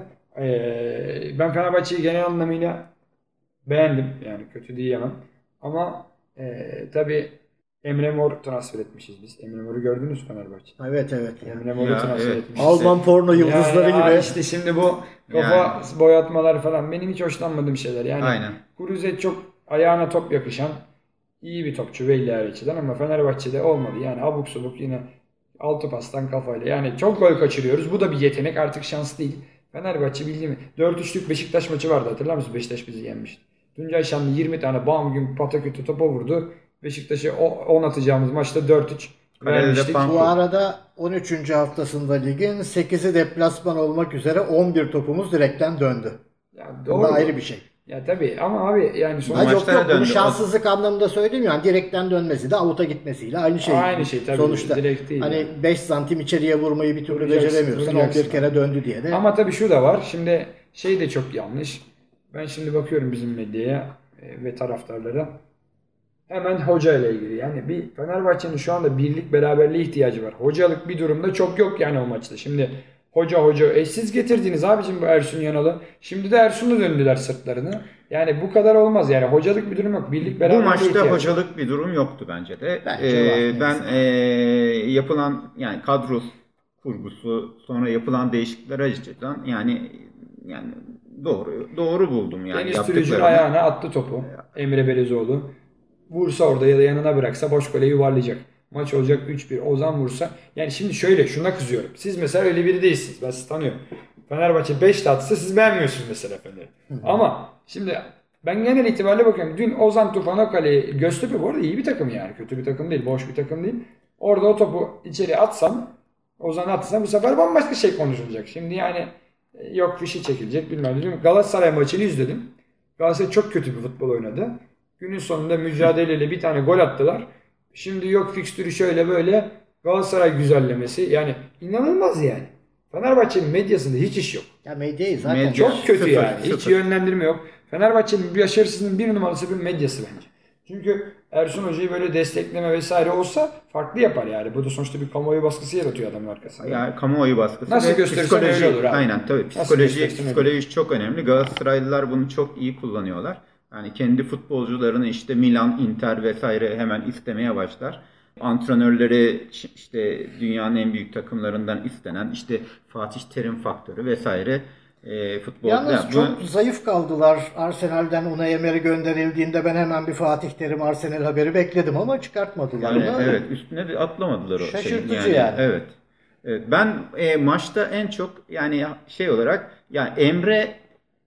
Ben Fenerbahçe'yi genel anlamıyla beğendim. Yani kötü diyemem. Ama tabii Emre Mor transfer etmişiz biz. Emre Mor'u gördünüz Fenerbahçe. Evet evet. Yani. Emre Mor'u Ya, transfer evet. etmişiz. Alman porno yıldızları Yani, gibi. işte şimdi bu kafa boyatmalar falan benim hiç hoşlanmadığım şeyler. Yani Aynen. Kruse çok ayağına top yakışan iyi bir topçu belli her açıdan ama Fenerbahçe'de olmadı. Yani abuk subuk yine altı pastan kafayla. Yani çok gol kaçırıyoruz. Bu da bir yetenek, artık şans değil. Fenerbahçe bildiğim 4-3'lük Beşiktaş maçı vardı, hatırlar mısın? Beşiktaş bizi yenmişti. Tuncay Şanlı 20 tane bam gün patakütü topa vurdu. Beşiktaş'a 10 atacağımız maçta 4-3 vermiştik. Bu arada 13. haftasında ligin 8'i deplasman olmak üzere 11 topumuz direkten döndü. Ya Bu doğru. da ayrı bir şey. Ya tabii ama abi yani Bu Hayır, yok maçlara yok, bunu döndü. şanssızlık anlamında söylemiyorum. Yani direkten dönmesi de avuta gitmesiyle aynı şey. Aynı şey tabii, Sonuçta direkt değil hani yani. 5 santim içeriye vurmayı bir türlü Vuracaksın, beceremiyorsan vuracaksın. 11 kere döndü diye de. Ama tabii şu da var. Şimdi şey de çok yanlış. Ben şimdi bakıyorum bizim medyaya ve taraftarlara. Hemen hoca ile ilgili. Yani bir Fenerbahçe'nin şu anda birlik beraberliğe ihtiyacı var. Hocalık bir durumda çok yok yani o maçta. Şimdi hoca siz getirdiniz abicim bu Ersun Yanal'ı. Şimdi de Ersun'u döndüler sırtlarını. Yani bu kadar olmaz yani. Hocalık bir durum yok. Birlik Bu beraberliğe maçta ihtiyacı var. hocalık bir durum yoktu bence de. Bence var, Ben yapılan yani kadro kurgusu, sonra yapılan değişiklikler açısından yani doğru buldum yani Deniz Türüc'ün yaptıklarını. ayağına attı topu. Emre Belezoğlu. Vursa orada ya da yanına bıraksa boş kaleyi yuvarlayacak. Maç olacak 3-1. Ozan vursa. Yani şimdi şöyle şuna kızıyorum. Siz mesela öyle biri değilsiniz. Ben sizi tanıyorum. Fenerbahçe 5 de atsa siz beğenmiyorsunuz mesela Fener'i. Ama şimdi ben genel itibariyle bakıyorum. Dün Ozan Tufan Akale, Göztepe bu arada iyi bir takım yani. Kötü bir takım değil. Boş bir takım değil. Orada o topu içeri atsam, Ozan'ı atsam bu sefer bambaşka şey konuşulacak. Şimdi yani yok fişi çekilecek bilmem ne. Galatasaray maçını izledim. Galatasaray çok kötü bir futbol oynadı. Günün sonunda mücadeleyle bir tane gol attılar. Şimdi yok fikstürü şöyle böyle. Galatasaray güzellemesi. Yani inanılmaz yani. Fenerbahçe'nin medyasında hiç iş yok. Ya medyayı zaten Medya- Çok kötü Sıfır, yani. Hiç sıfır. yönlendirme yok. Fenerbahçe'nin başarısının bir numarası bir medyası bence. Çünkü Ersun Hoca'yı böyle destekleme vesaire olsa farklı yapar yani. Bu da sonuçta bir kamuoyu baskısı yaratıyor adamın arkasında. Yani kamuoyu baskısı Nasıl ve gösterirsen öyle olur abi. Aynen tabii. Nasıl gösterirsen Psikoloji çok önemli. Galatasaraylılar bunu çok iyi kullanıyorlar. Yani kendi futbolcularını işte Milan, Inter vesaire hemen istemeye başlar. Antrenörleri işte dünyanın en büyük takımlarından istenen işte Fatih Terim faktörü vesaire futbol. Yalnız Yani çok zayıf kaldılar. Arsenal'den Unai Emery gönderildiğinde ben hemen bir Fatih Terim Arsenal haberi bekledim ama çıkartmadılar. Yani Ama evet üstüne de atlamadılar o şeyi. şaşırtıcı yani. Evet. Evet. Ben maçta en çok yani şey olarak yani Emre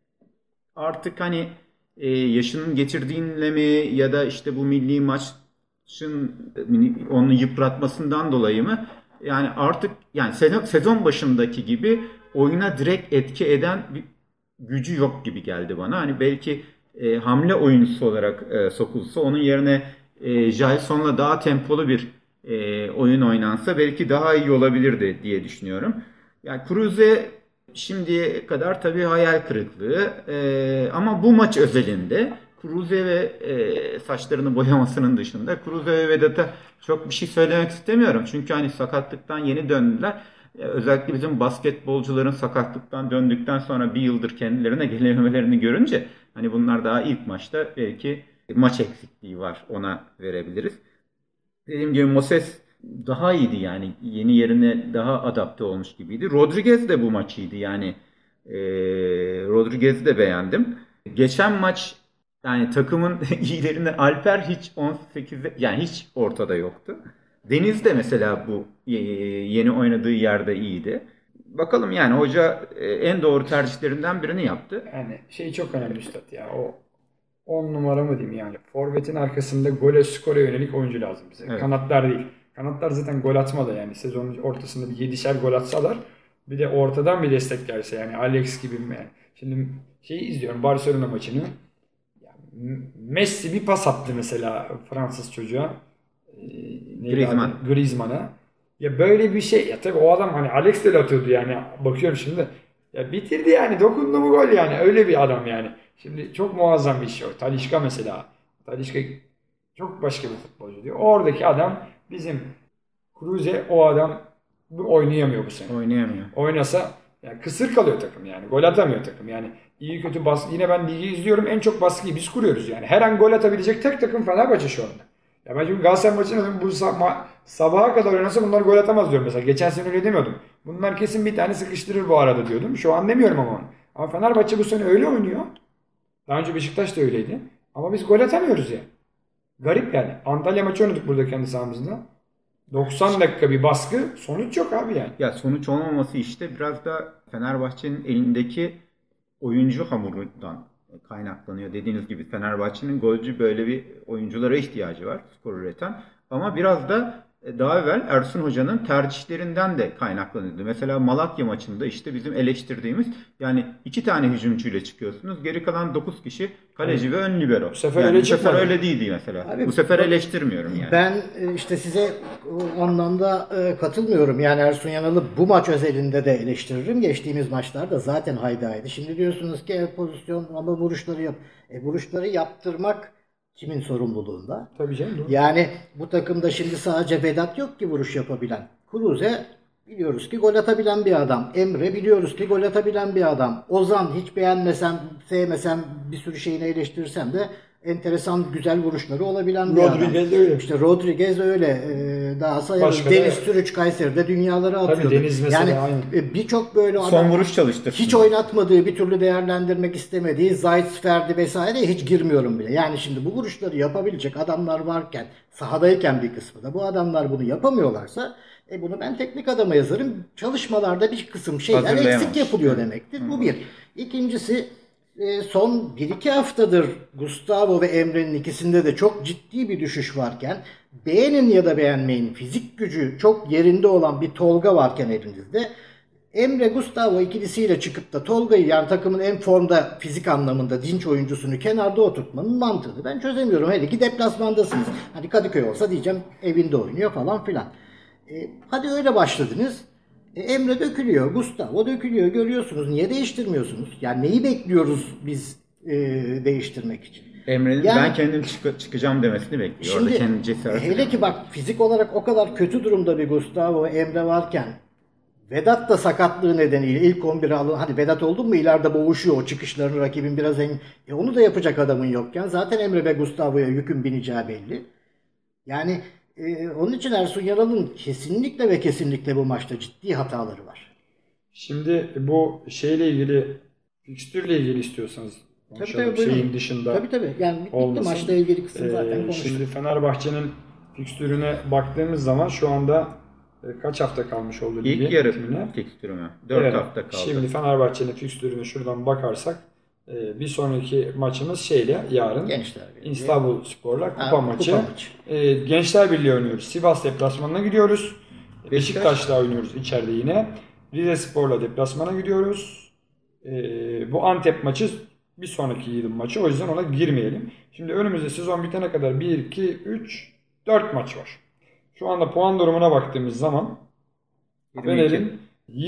artık hani yaşının getirdiğinle mi ya da işte bu milli maçın onu yıpratmasından dolayı mı yani artık yani sezon başındaki gibi oyuna direkt etki eden bir gücü yok gibi geldi bana. Hani belki hamle oyuncusu olarak sokulsa onun yerine Jelson'la daha tempolu bir oyun oynansa belki daha iyi olabilirdi diye düşünüyorum. Yani Kruse şimdiye kadar tabii hayal kırıklığı ama bu maç özelinde Kruse ve saçlarını boyamasının dışında Kruse ve Vedat'a çok bir şey söylemek istemiyorum. Çünkü hani sakatlıktan yeni döndüler. Özellikle bizim basketbolcuların sakatlıktan döndükten sonra bir yıldır kendilerine gelememelerini görünce hani bunlar daha ilk maçta belki maç eksikliği var ona verebiliriz. Dediğim gibi Moses daha iyiydi yani yeni yerine daha adapte olmuş gibiydi. Rodriguez de bu maç iyiydi yani Rodriguez'i de beğendim. Geçen maç yani takımın iyilerinden Alper hiç 18'de yani hiç ortada yoktu. Deniz de mesela bu yeni oynadığı yerde iyiydi. Bakalım yani hoca en doğru tercihlerinden birini yaptı. Yani şey çok önemli üstad ya. O 10 numara mı diyeyim yani. Forvet'in arkasında gole skora yönelik oyuncu lazım bize. Evet. Kanatlar değil. Kanatlar zaten gol atmalı yani. Sezonun ortasında bir 7'şer gol atsalar bir de ortadan bir destek gelse yani Alex gibi mi yani. Şimdi şeyi izliyorum Barcelona maçını. Yani Messi bir pas attı mesela Fransız çocuğa. Griezmann'a. Ya böyle bir şey. Ya tabii o adam hani Alex de atıyordu yani. Bakıyorum şimdi. Ya bitirdi yani. Dokundu mu gol yani. Öyle bir adam yani. Şimdi çok muazzam bir şey o. Talisca mesela. Talisca çok başka bir futbolcu diyor. Oradaki adam bizim Kruse o adam oynayamıyor bu sene. Oynayamıyor. Oynasa yani kısır kalıyor takım yani. Gol atamıyor takım yani. İyi kötü baskı. Yine ben ligi izliyorum. En çok baskıyı biz kuruyoruz yani. Her an gol atabilecek tek takım Fenerbahçe şu anda. Ya ben şimdi Galatasaray maçını bu sabaha kadar oynasa bunlar gol atamaz diyorum mesela. Geçen sene öyle demiyordum. Bunlar kesin bir tane sıkıştırır bu arada diyordum. Şu an demiyorum ama onu. Ama Fenerbahçe bu sene öyle oynuyor. Daha önce Beşiktaş da öyleydi. Ama biz gol atamıyoruz yani. Garip yani. Antalya maçı oynadık burada kendi sahamızda. 90 dakika bir baskı, sonuç yok abi yani. Ya sonuç olmaması işte biraz da Fenerbahçe'nin elindeki oyuncu hamurundan kaynaklanıyor. Dediğiniz gibi Fenerbahçe'nin golcü böyle bir oyunculara ihtiyacı var, skor üreten. Ama biraz da daha evvel Ersun Hoca'nın tercihlerinden de kaynaklanıyordu. Mesela Malatya maçında işte bizim eleştirdiğimiz yani 2 tane hücumcuyla çıkıyorsunuz. Geri kalan 9 kişi kaleci ve ön libero. Bu sefer yani öyle bu sefer çıkmadı. öyle değildi mesela. Abi, bu sefer eleştirmiyorum yani. Ben işte size o anlamda katılmıyorum. Yani Ersun Yanal'ı bu maç özelinde de eleştiririm. Geçtiğimiz maçlarda zaten haydaydı. Şimdi diyorsunuz ki pozisyon ama vuruşları yap. Vuruşları yaptırmak kimin sorumluluğunda? Tabii canım. Doğru. Yani bu takımda şimdi sadece Vedat yok ki vuruş yapabilen. Kruse biliyoruz ki gol atabilen bir adam. Emre biliyoruz ki gol atabilen bir adam. Ozan hiç beğenmesem, sevmesem, bir sürü şeyini eleştirirsem de enteresan, güzel vuruşları olabilen bir adam. Rodriguez de öyle. İşte Rodriguez öyle. daha sayarız. Başka Deniz Türüç Kayseri'de dünyaları atıyordu. Tabii Deniz mesela yani aynı. birçok böyle adam Son vuruş çalıştırsın. hiç oynatmadığı, bir türlü değerlendirmek istemediği Zayt, Ferdi vesaire hiç girmiyorum bile. Yani şimdi bu vuruşları yapabilecek adamlar varken, sahadayken bir kısmı da bu adamlar bunu yapamıyorlarsa bunu ben teknik adama yazarım. Çalışmalarda bir kısım şeyler eksik Hazırlayamamış. yapılıyor demektir. Bu bir. İkincisi son 1-2 haftadır Gustavo ve Emre'nin ikisinde de çok ciddi bir düşüş varken, beğenin ya da beğenmeyin, fizik gücü çok yerinde olan bir Tolga varken elinizde, Emre Gustavo ikilisiyle çıkıp da Tolga'yı, yani takımın en formda fizik anlamında dinç oyuncusunu kenarda oturtmanın mantığını ben çözemiyorum. Hele ki deplasmandasınız. Hani Kadıköy olsa diyeceğim evinde oynuyor falan filan. Hadi öyle başladınız. Emre dökülüyor, Gustavo dökülüyor. Görüyorsunuz. Niye değiştirmiyorsunuz? Yani neyi bekliyoruz biz değiştirmek için? Emre'nin Yani- ben kendim çıkacağım demesini bekliyor. Orada Şimdi kendi cesaret. hele ki bak, fizik olarak o kadar kötü durumda bir Gustavo ve Emre varken, Vedat da sakatlığı nedeniyle ilk 11'e alın. Hadi Vedat oldu mu ileride boğuşuyor, o çıkışların rakibin biraz onu da yapacak adamın yokken zaten Emre ve Gustavo'ya yükün bineceği belli. Yani onun için Ersun Yanal'ın kesinlikle ve kesinlikle bu maçta ciddi hataları var. Şimdi bu şeyle ilgili, fikstürle ilgili istiyorsanız konuşalım. buyurun. Şeyin dışında Tabii. Yani bitti, olmasın. maçla ilgili kısım zaten konuştuk. Şimdi Fenerbahçe'nin fikstürüne baktığımız zaman şu anda kaç hafta kalmış oldu ligin İlk yarı bitimine? fikstürü mü? 4 Evet. hafta kaldı. Şimdi Fenerbahçe'nin fikstürüne şuradan bakarsak bir sonraki maçımız yarın Gençler Birliği. İstanbulspor'la kupa Ha, maçı. kupa maçı. Gençler Birliği oynuyoruz. Sivas deplasmanına gidiyoruz. Beşiktaş'la oynuyoruz içeride yine. Rizespor'la deplasmana gidiyoruz. Bu Antep maçı bir sonraki yılın maçı. O yüzden ona girmeyelim. Şimdi önümüzde sezon bitene kadar 1, 2, 3, 4 maç var. Şu anda puan durumuna baktığımız zaman 22. Fener'in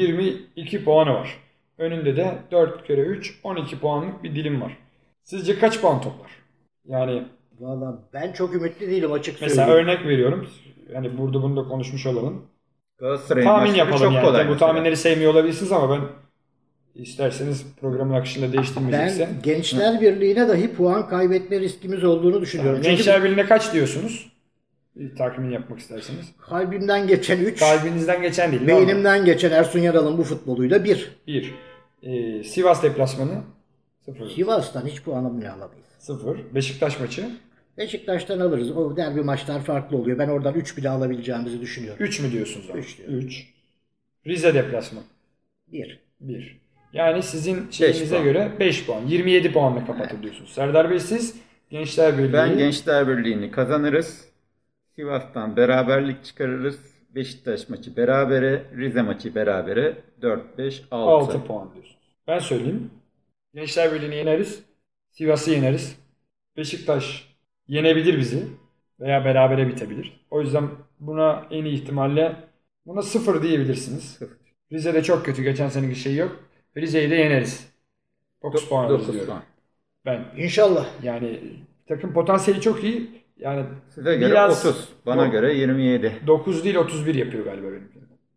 22 puanı var. Önünde de 4 kere 3, 12 puanlık bir dilim var. Sizce kaç puan toplar? Yani Vallahi ben çok ümitli değilim, açık mesela söyleyeyim. örnek veriyorum. Yani burada bunu da konuşmuş olalım. Galatasaray'ın Tahmin maçları yapalım çok yani. kolay Tabii bu mesela. tahminleri sevmiyor olabilirsiniz ama ben isterseniz programın akışında değiştirmeyecekse. Ben Gençler Birliği'ne dahi puan kaybetme riskimiz olduğunu düşünüyorum. Çünkü Gençler Birliği'ne kaç diyorsunuz? Bir tahmin yapmak isterseniz. kalbimden geçen 3, Kalbinizden geçen değil. normal. beynimden geçen Ersun Yanal'ın bu futboluyla 1. 1. Sivas deplasmanı 0. Sivas'tan hiç puanı bile alamayız. 0. Beşiktaş maçı Beşiktaş'tan alırız. O derbi maçlar farklı oluyor. Ben oradan 3 bile alabileceğimizi düşünüyorum. 3 mü diyorsunuz? 3 diyor. 3. Rize deplasmanı 1. 1. Yani sizin şeyinize puan. göre 5 puan. 27 puanla kapatır diyorsunuz. Serdar Bey siz Gençler Birliği. Ben Gençler Birliği'ni kazanırız. Sivas'tan beraberlik çıkarırız. Beşiktaş maçı berabere, Rize maçı berabere. 4, 5, 6. 6 puan diyorsunuz. Ben söyleyeyim. Gençler Birliği'ni yeneriz. Sivas'ı yeneriz. Beşiktaş yenebilir bizi. Veya berabere bitebilir. O yüzden buna en iyi ihtimalle buna 0 diyebilirsiniz. 0. Rize'de çok kötü. Geçen seneki şey yok. Rize'yi de yeneriz. 9 puan alırız 9 diyorum. puan. Ben İnşallah. yani takım potansiyeli çok iyi. Yani Size göre biraz 30. Bana Yok. göre 27. 9 değil 31 yapıyor galiba benimki.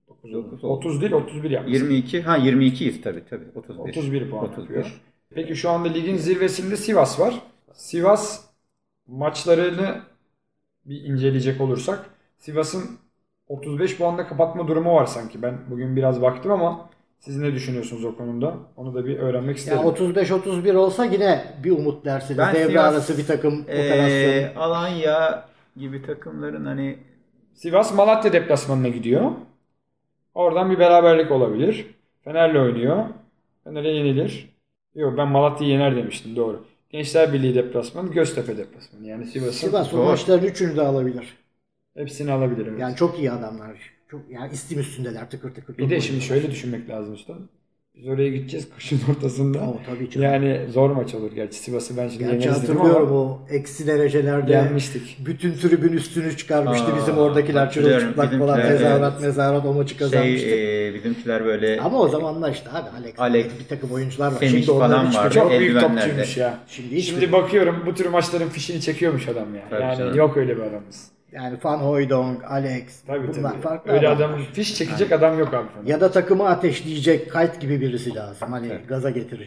9 30 değil 31 yapmış. 22. 22'yiz tabii. 31. 31 puan 31. yapıyor. Peki şu anda ligin zirvesinde Sivas var. Sivas maçlarını bir inceleyecek olursak Sivas'ın 35 puanla kapatma durumu var sanki. Ben bugün biraz baktım ama siz ne düşünüyorsunuz o konuda? Onu da bir öğrenmek isterim. Ya 35-31 olsa yine bir umut dersiniz. Ben Devre Sivas, arası bir takım operasyonu. Alanya gibi takımların hani Sivas Malatya deplasmanına gidiyor. Oradan bir beraberlik olabilir. Fener'le oynuyor. Fener'e yenilir. Yok ben Malatya'yı yener demiştim doğru. Gençler Birliği deplasmanı, Göztepe deplasmanı. Yani Sivas'ın Sivas o maçların 3'ünü de alabilir. hepsini alabilir. Evet. Yani çok iyi adamlar. Çok, yani istim üstündeler, tıkır tıkır. Bir de şimdi şöyle düşünmek lazım usta. Biz oraya gideceğiz kışın ortasında. Ama tabii canım. Yani zor maç olur gerçi. Sivas'ı ben şimdi Gerçi yeneriz dedim hatırlıyorum ama o eksi derecelerde yenmiştik. bütün tribün üstünü çıkarmıştı Aa, bizim oradakiler hatırlıyorum. çırılçıplak falan, Bizimkiler, tezahürat o maçı kazanmıştık. bizimkiler böyle Ama o zamanlar işte abi Alex bir takım oyuncular var. Semih Şimdi onların falan hiçbiri vardı. yok. Çok büyük eldivenlerde. topçuymuş ya. Şimdi hiçbiri Şimdi bakıyorum bu tür maçların fişini çekiyormuş adam ya. Tabii Yani canım. yok öyle bir adamız. Yani Van Hooijdonk, Alex Tabii bunlar tabii. farklı Öyle adamlar. adam fiş çekecek adam yok abi. Falan. Ya da takımı ateşleyecek kayıt gibi birisi lazım. Hani gaza getirecek.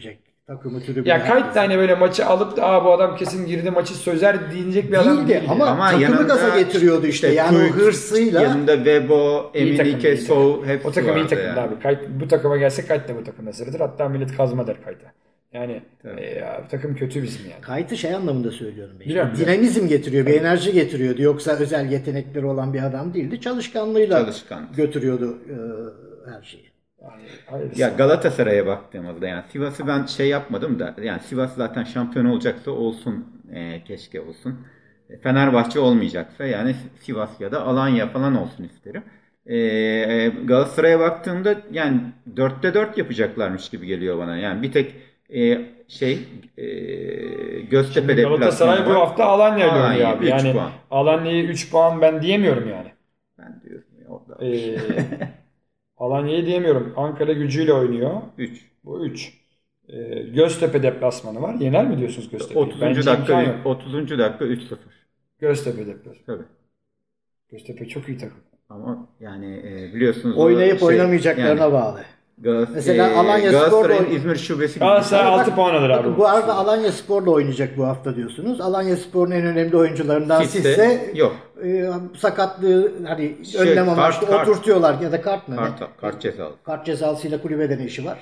takımı tribüne. Ya kayıt da hani böyle maçı alıp da bu adam kesin girdi maçı sözer diyecek bir adam değil. Ama takımı gaza getiriyordu işte. Yani o hırsıyla. Yanında Vebo, Emenike, Sow hepsi o takım iyi takımdı yani. abi. Kayıt, bu takıma gelse Kayıt da bu takımda sırıtır. Hatta millet kazma der Kayıt'a. Yani takım kötü bizim yani. Kayıt'ı şey anlamında söylüyorum. Biliyorum. Dinamizm getiriyor, bir enerji getiriyordu. Yoksa özel yetenekleri olan bir adam değildi. Çalışkanlığıyla götürüyordu her şeyi. Ya Galatasaray'a baktığımızda yani Sivas'ı ben şey yapmadım da yani Sivas zaten şampiyon olacaksa olsun, keşke olsun. Fenerbahçe olmayacaksa yani Sivas ya da Alanya falan olsun isterim. Galatasaray'a baktığımda yani 4'te 4 yapacaklarmış gibi geliyor bana. Yani bir tek Göztepe deplasmanı. Galatasaray bu hafta Alanya'yla oynuyor abi. Yani puan. Alanya'ya 3 puan ben diyemiyorum yani. Ben diyorum ya orada. Alanya'yı diyemiyorum. Ankara Gücü'yle oynuyor. 3. Bu 3. Göztepe deplasmanı var. Yener mi diyorsunuz Göztepe'yi? 30. dakika 3-0. Göztepe deplasmanı. Tabii. Göztepe çok iyi takım. Ama yani biliyorsunuz oynayıp oynamayacaklarına bağlı. Mesela Alanya Galatasaray'ın İzmir şubesi. Galatasaray 6 puan alır abi. Bu arada Alanya Spor'la oynayacak bu hafta diyorsunuz. Alanya Spor'un en önemli oyuncularından Sisse yok. Sakatlığı hani önlem amaçlı oturtuyorlar ya da kart mı? Kart cezalı. Kart cezasıyla kulübede ne işi var?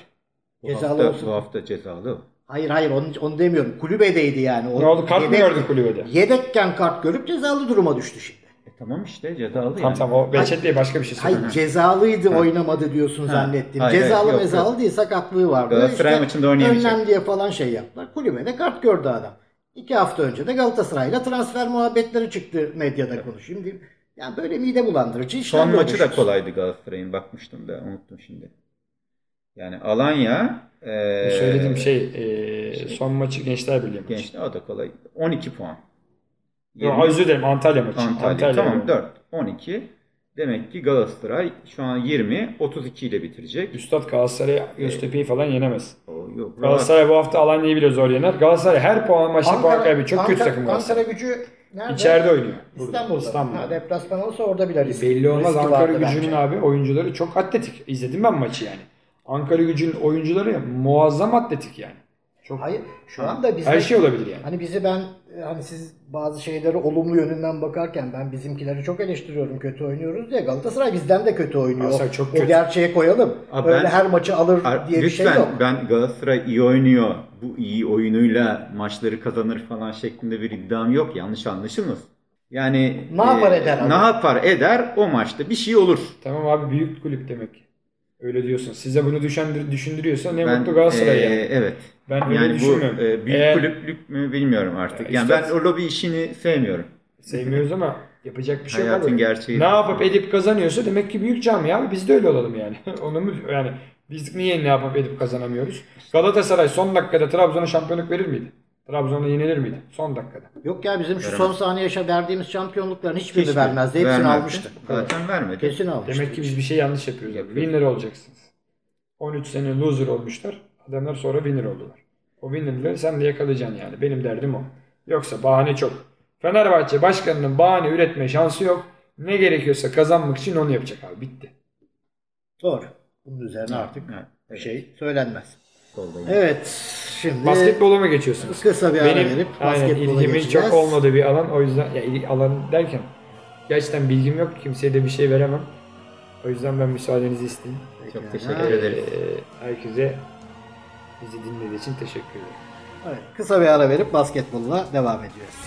Bu hafta cezalı. Hayır onu demiyorum. Kulübedeydi yani. Ne oldu? Kart mı gördü kulübede? Yedekken kart görüp cezalı duruma düştü şimdi. Tamam işte cezalı yani. Tamam o Behçet değil başka bir şey söylüyor. Hayır cezalıydı oynamadı diyorsun zannettim. Cezalı mezalı değil sakatlığı vardı. Galatasaray maçında oynayamayacak. Önlem diye falan şey yaptılar. Kulübede kart gördü adam. 2 hafta önce de Galatasaray'la transfer muhabbetleri çıktı medyada konuşayım diyeyim. Yani böyle mide bulandırıcı işler. Son maçı da kolaydı Galatasaray'ın bakmıştım da unuttum şimdi. Yani Alanya söylediğim son maçı Gençler Birliği maçı. Gençler o da kolay. 12 puan. Özür dilerim Antalya maçı. Antalya tamam 4. 12. Demek ki Galatasaray şu an 20, 32 ile bitirecek. Üstad Galatasaray Göztepe'yi falan yenemez. Yok, Galatasaray bu hafta Alanya'yı bile zor yener. Galatasaray her puan maçta puan kaybı. Çok kötü takım Galatasaray. Ankara Gücü nerede? İçeride oynuyor. İstanbul'da. Deplasman olsa orada bile risk. Belli olmaz. Ankara Gücü'nün abi oyuncuları çok atletik. İzledim ben maçı yani. Ankara Gücü'nün oyuncuları muazzam atletik yani. Çok hayır şu anda bizde her şey olabilir yani. Hani siz bazı şeyleri olumlu yönünden bakarken ben bizimkileri çok eleştiriyorum, kötü oynuyoruz diye. Galatasaray bizden de kötü oynuyor. Galatasaray çok kötü. O gerçeğe koyalım. Öyle her maçı alır diye bir şey yok. Ben Galatasaray iyi oynuyor. Bu iyi oyunuyla maçları kazanır falan şeklinde bir iddiam yok. Yanlış anlaşılmaz. Yani ne yapar eder o maçta bir şey olur. Tamam abi büyük kulüp demek. Öyle diyorsun. Size bunu düşündürüyorsa ne mutlu Galatasaray yani. Evet. Ben öyle düşünmüyorum. Bu büyük kulüplük mü bilmiyorum artık. Yani ben o lobi işini sevmiyorum. Sevmiyoruz ama yapacak bir şey yok. Hayatın gerçeği. Ne yapıp edip kazanıyorsa demek ki büyük camia abi biz de öyle olalım yani. Onu mu yani biz niye ne yapıp edip kazanamıyoruz? Galatasaray son dakikada Trabzon'a şampiyonluk verir miydi? Trabzon'a yenilir miydi? Son dakikada. Yok ya bizim şu son saniye verdiğimiz şampiyonlukların hiçbirini vermezdi. Hepsini almıştı. Zaten vermedi. Kesin almıştı. Demek ki biz bir şey yanlış yapıyoruz abi. Winner olacaksınız. 13 sene loser olmuşlar. Adamlar sonra winner oldular. O winner'ları sen de yakalayacaksın yani. Benim derdim o. Yoksa bahane çok. Fenerbahçe başkanının bahane üretme şansı yok. Ne gerekiyorsa kazanmak için onu yapacak abi. Bitti. Doğru. Bunun üzerine artık bir şey söylenmez. Soldayım. Evet. Şimdi basketbola mı geçiyorsunuz? Kısa bir ara verip basketbola ilgimin geçeceğiz. çok olmadığı bir alan. O yüzden alan derken gerçekten bilgim yok. Kimseye de bir şey veremem. O yüzden ben müsaadenizi isteyeyim. Çok teşekkür ederiz. Herkese bizi dinlediği için teşekkür ederim. Evet, kısa bir ara verip basketbolla devam ediyoruz.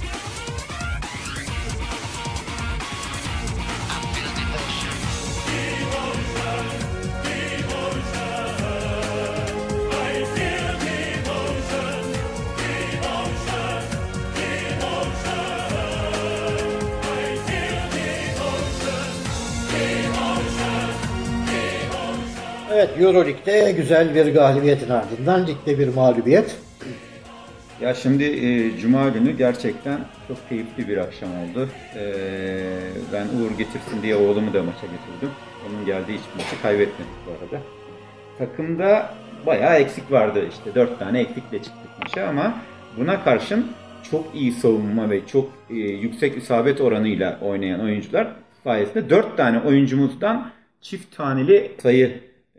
Evet, Euroleague'de güzel bir galibiyetin ardından ligde bir mağlubiyet. Ya şimdi Cuma günü gerçekten çok keyifli bir akşam oldu. Ben Uğur getirsin diye oğlumu da maça getirdim. Onun geldiği hiçbir maçı kaybetmedik bu arada. Takımda bayağı eksik vardı işte 4 tane eksikle çıktık maça ama buna karşın çok iyi savunma ve çok yüksek isabet oranıyla oynayan oyuncular sayesinde 4 tane oyuncumuzdan çift taneli sayı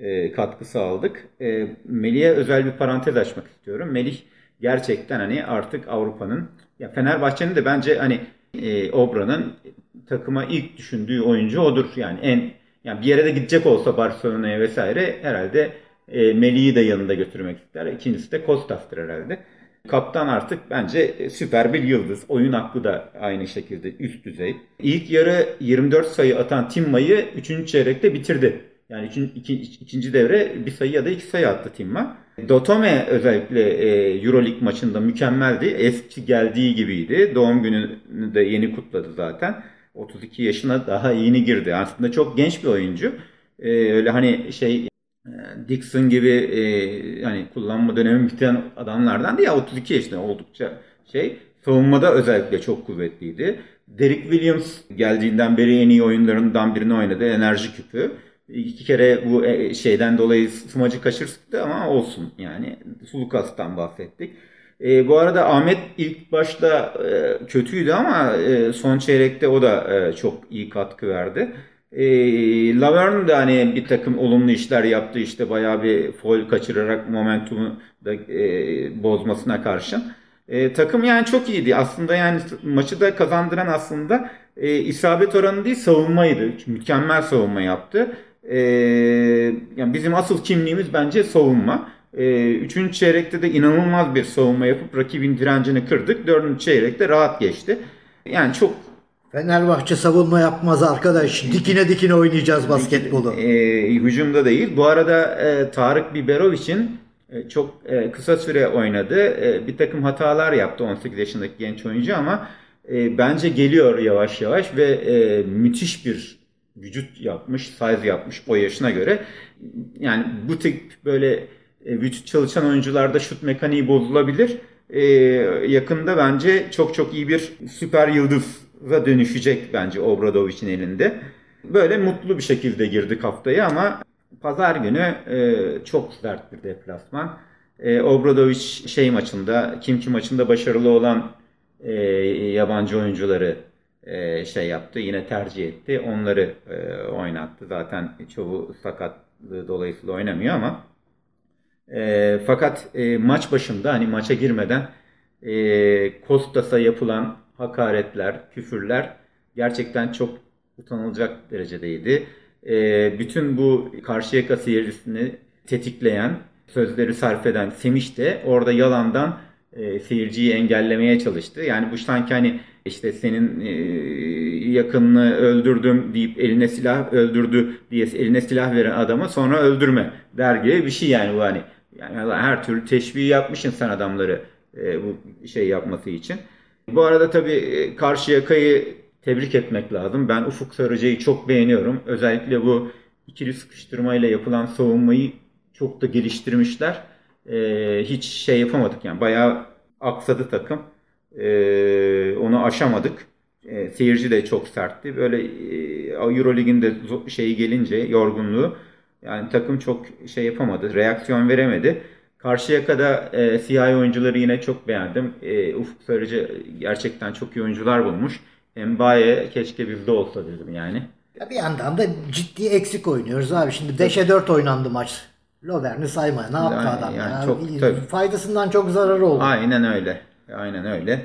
katkısı aldık. Melih'e özel bir parantez açmak istiyorum. Melih gerçekten hani artık Avrupa'nın, ya Fenerbahçe'nin de bence hani Obra'nın takıma ilk düşündüğü oyuncu odur. Yani bir yere de gidecek olsa Barcelona'ya vesaire herhalde Melih'i de yanında götürmek ister. İkincisi de Kostas'tır herhalde. Kaptan artık bence süper bir yıldız. Oyun aklı da aynı şekilde üst düzey. İlk yarı 24 sayı atan Timma'yı 3. çeyrekte bitirdi. Yani ikinci devre bir sayı ya da 2 sayı attı Timma. Dotome özellikle Euroleague maçında mükemmeldi. Eski geldiği gibiydi. Doğum gününü de yeni kutladı zaten. 32 yaşına daha yeni girdi. Aslında çok genç bir oyuncu. Öyle hani Dixon gibi hani kullanma dönemi biten adamlardan değil ya, 32 yaşında oldukça savunmada özellikle çok kuvvetliydi. Derek Williams geldiğinden beri en iyi oyunlarından birini oynadı. Enerji küpü. 2 kere bu şeyden dolayı smacı kaçırdı ama olsun yani. Sulukas'tan bahsettik. Bu arada Ahmet ilk başta kötüydü ama son çeyrekte o da çok iyi katkı verdi. Laverne de hani bir takım olumlu işler yaptı, işte bayağı bir foul kaçırarak momentumu da bozmasına karşın. Takım yani çok iyiydi. Aslında yani maçı da kazandıran aslında isabet oranı değil, savunmaydı. Mükemmel savunma yaptı. Yani bizim asıl kimliğimiz bence savunma. Üçüncü çeyrekte de inanılmaz bir savunma yapıp rakibin direncini kırdık. Dördüncü çeyrekte rahat geçti. Yani çok Fenerbahçe savunma yapmaz arkadaş. Dikine dikine oynayacağız basketbolu. Hücumda değil. Bu arada Tarık Biberovic'in çok kısa süre oynadı. Bir takım hatalar yaptı 18 yaşındaki genç oyuncu ama bence geliyor yavaş yavaş ve müthiş bir vücut yapmış, size yapmış o yaşına göre. Yani bu tip böyle vücut çalışan oyuncularda şut mekaniği bozulabilir. Yakında bence çok çok iyi bir süper yıldıza dönüşecek bence Obradovic'in elinde. Böyle mutlu bir şekilde girdik haftaya ama pazar günü çok sert bir deplasman. Obradovic maçında, Kimki maçında başarılı olan yabancı oyuncuları yaptı. Yine tercih etti. Onları oynattı. Zaten çoğu sakatlığı dolayısıyla oynamıyor ama fakat maç başında hani maça girmeden Kostas'a yapılan hakaretler, küfürler gerçekten çok utanılacak derecedeydi. Bütün bu Karşıyaka seyircisini tetikleyen, sözleri sarf eden Semih de orada yalandan seyirciyi engellemeye çalıştı. Yani bu sanki hani işte senin yakınını öldürdüm deyip eline silah öldürdü diye eline silah veren adama sonra öldürme der gibi bir şey yani bu hani. Yani her türlü teşvik yapmışsın sen adamları bu yapması için. Bu arada tabii Karşıyaka'yı tebrik etmek lazım. Ben Ufuk Sarıcı'yı çok beğeniyorum. Özellikle bu ikili sıkıştırmayla yapılan savunmayı çok da geliştirmişler. Hiç yapamadık yani. Bayağı aksadı takım. Onu aşamadık. Seyirci de çok sertti. Böyle Eurolig'in de gelince yorgunluğu yani takım çok yapamadı. Reaksiyon veremedi. Karşıyaka'da siyahi oyuncuları yine çok beğendim. Ufuk Sarıcı gerçekten çok iyi oyuncular bulmuş. Mbaye keşke bizde olsa dedim yani. Ya bir yandan da ciddi eksik oynuyoruz abi. Şimdi 5'e 4 oynandı maç. Lovern'i sayma. Ne yaptı adam yani ya? Çok, faydasından çok zararı oldu. Aynen öyle. Aynen öyle.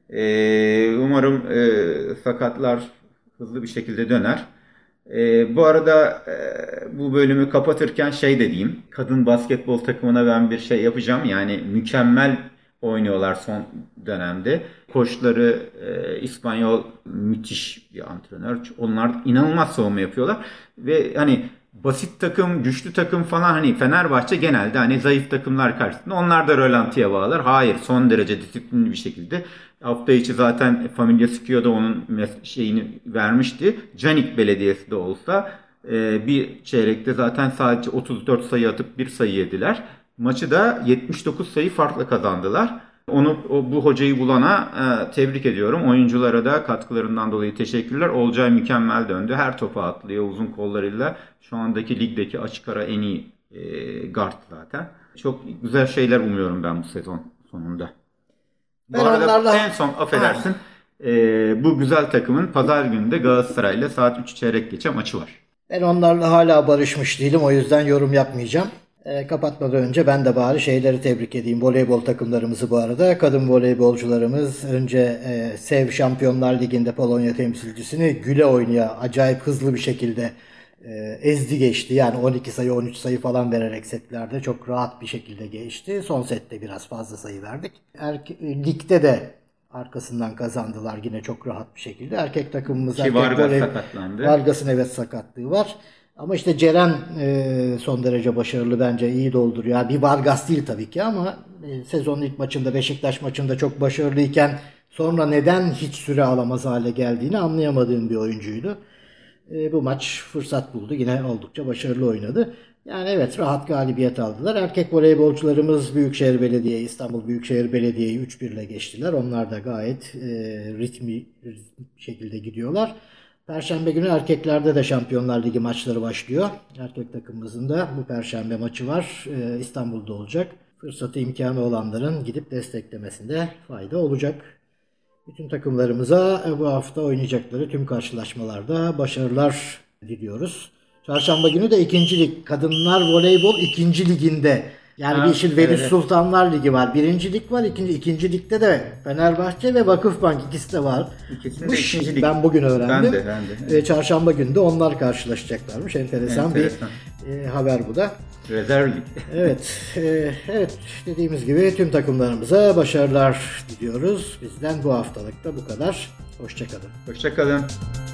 Umarım sakatlar hızlı bir şekilde döner. Bu arada bu bölümü kapatırken de diyeyim. Kadın basketbol takımına ben bir yapacağım. Yani mükemmel oynuyorlar son dönemde. Koçları İspanyol müthiş bir antrenör. Onlar inanılmaz savunma yapıyorlar. Ve hani basit takım, güçlü takım falan hani Fenerbahçe genelde hani zayıf takımlar karşısında onlar da rölantiye bağlar. Hayır, son derece disiplinli bir şekilde. Hafta içi zaten Familia Skio da onun vermişti. Canik Belediyesi de olsa bir çeyrekte zaten sadece 34 sayı atıp bir sayı yediler. Maçı da 79 sayı farkla kazandılar. Bu hocayı bulana tebrik ediyorum. Oyunculara da katkılarından dolayı teşekkürler. Olcay mükemmel döndü. Her topa atlıyor uzun kollarıyla. Şu andaki ligdeki açık ara en iyi guard zaten. Çok güzel şeyler umuyorum ben bu sezon sonunda. Bu arada en son affedersin. Bu güzel takımın pazar günü de Galatasaray'la saat 3 çeyrek geçe maçı var. Ben onlarla hala barışmış değilim, o yüzden yorum yapmayacağım. Kapatmadan önce ben de bari şeyleri tebrik edeyim. Voleybol takımlarımızı bu arada. Kadın voleybolcularımız önce SEV Şampiyonlar Ligi'nde Polonya temsilcisini güle oynaya acayip hızlı bir şekilde ezdi geçti. Yani 12 sayı 13 sayı falan vererek setlerde çok rahat bir şekilde geçti. Son sette biraz fazla sayı verdik. Ligde de arkasından kazandılar yine çok rahat bir şekilde. Erkek takımımız Vargas sakatlandı. Vargas'ın evet sakatlığı var. Ama işte Ceren son derece başarılı, bence iyi dolduruyor. Yani bir Vargas değil tabii ki ama sezonun ilk maçında, Beşiktaş maçında çok başarılıyken sonra neden hiç süre alamaz hale geldiğini anlayamadığım bir oyuncuydu. Bu maç fırsat buldu. Yine oldukça başarılı oynadı. Yani evet, rahat galibiyet aldılar. Erkek voleybolcularımız Büyükşehir Belediye, İstanbul Büyükşehir Belediye'yi 3-1 ile geçtiler. Onlar da gayet ritmi şekilde gidiyorlar. Perşembe günü erkeklerde de Şampiyonlar Ligi maçları başlıyor. Erkek takımımızın da bu perşembe maçı var. İstanbul'da olacak. Fırsatı imkanı olanların gidip desteklemesinde fayda olacak. Bütün takımlarımıza bu hafta oynayacakları tüm karşılaşmalarda başarılar diliyoruz. Çarşamba günü de 2. lig. Kadınlar voleybol 2. liginde. Yani bir işin Venüs Sultanlar Ligi var. 1. lig var. 2. ligde de Fenerbahçe ve Vakıfbank ikisi de var. Ben bugün öğrendim. Ben de. Çarşamba günü de onlar karşılaşacaklarmış. Enteresan bir haber bu da. Rezerv lig. Evet, dediğimiz gibi tüm takımlarımıza başarılar diliyoruz. Bizden bu haftalık da bu kadar. Hoşça kalın. Hoşça kalın.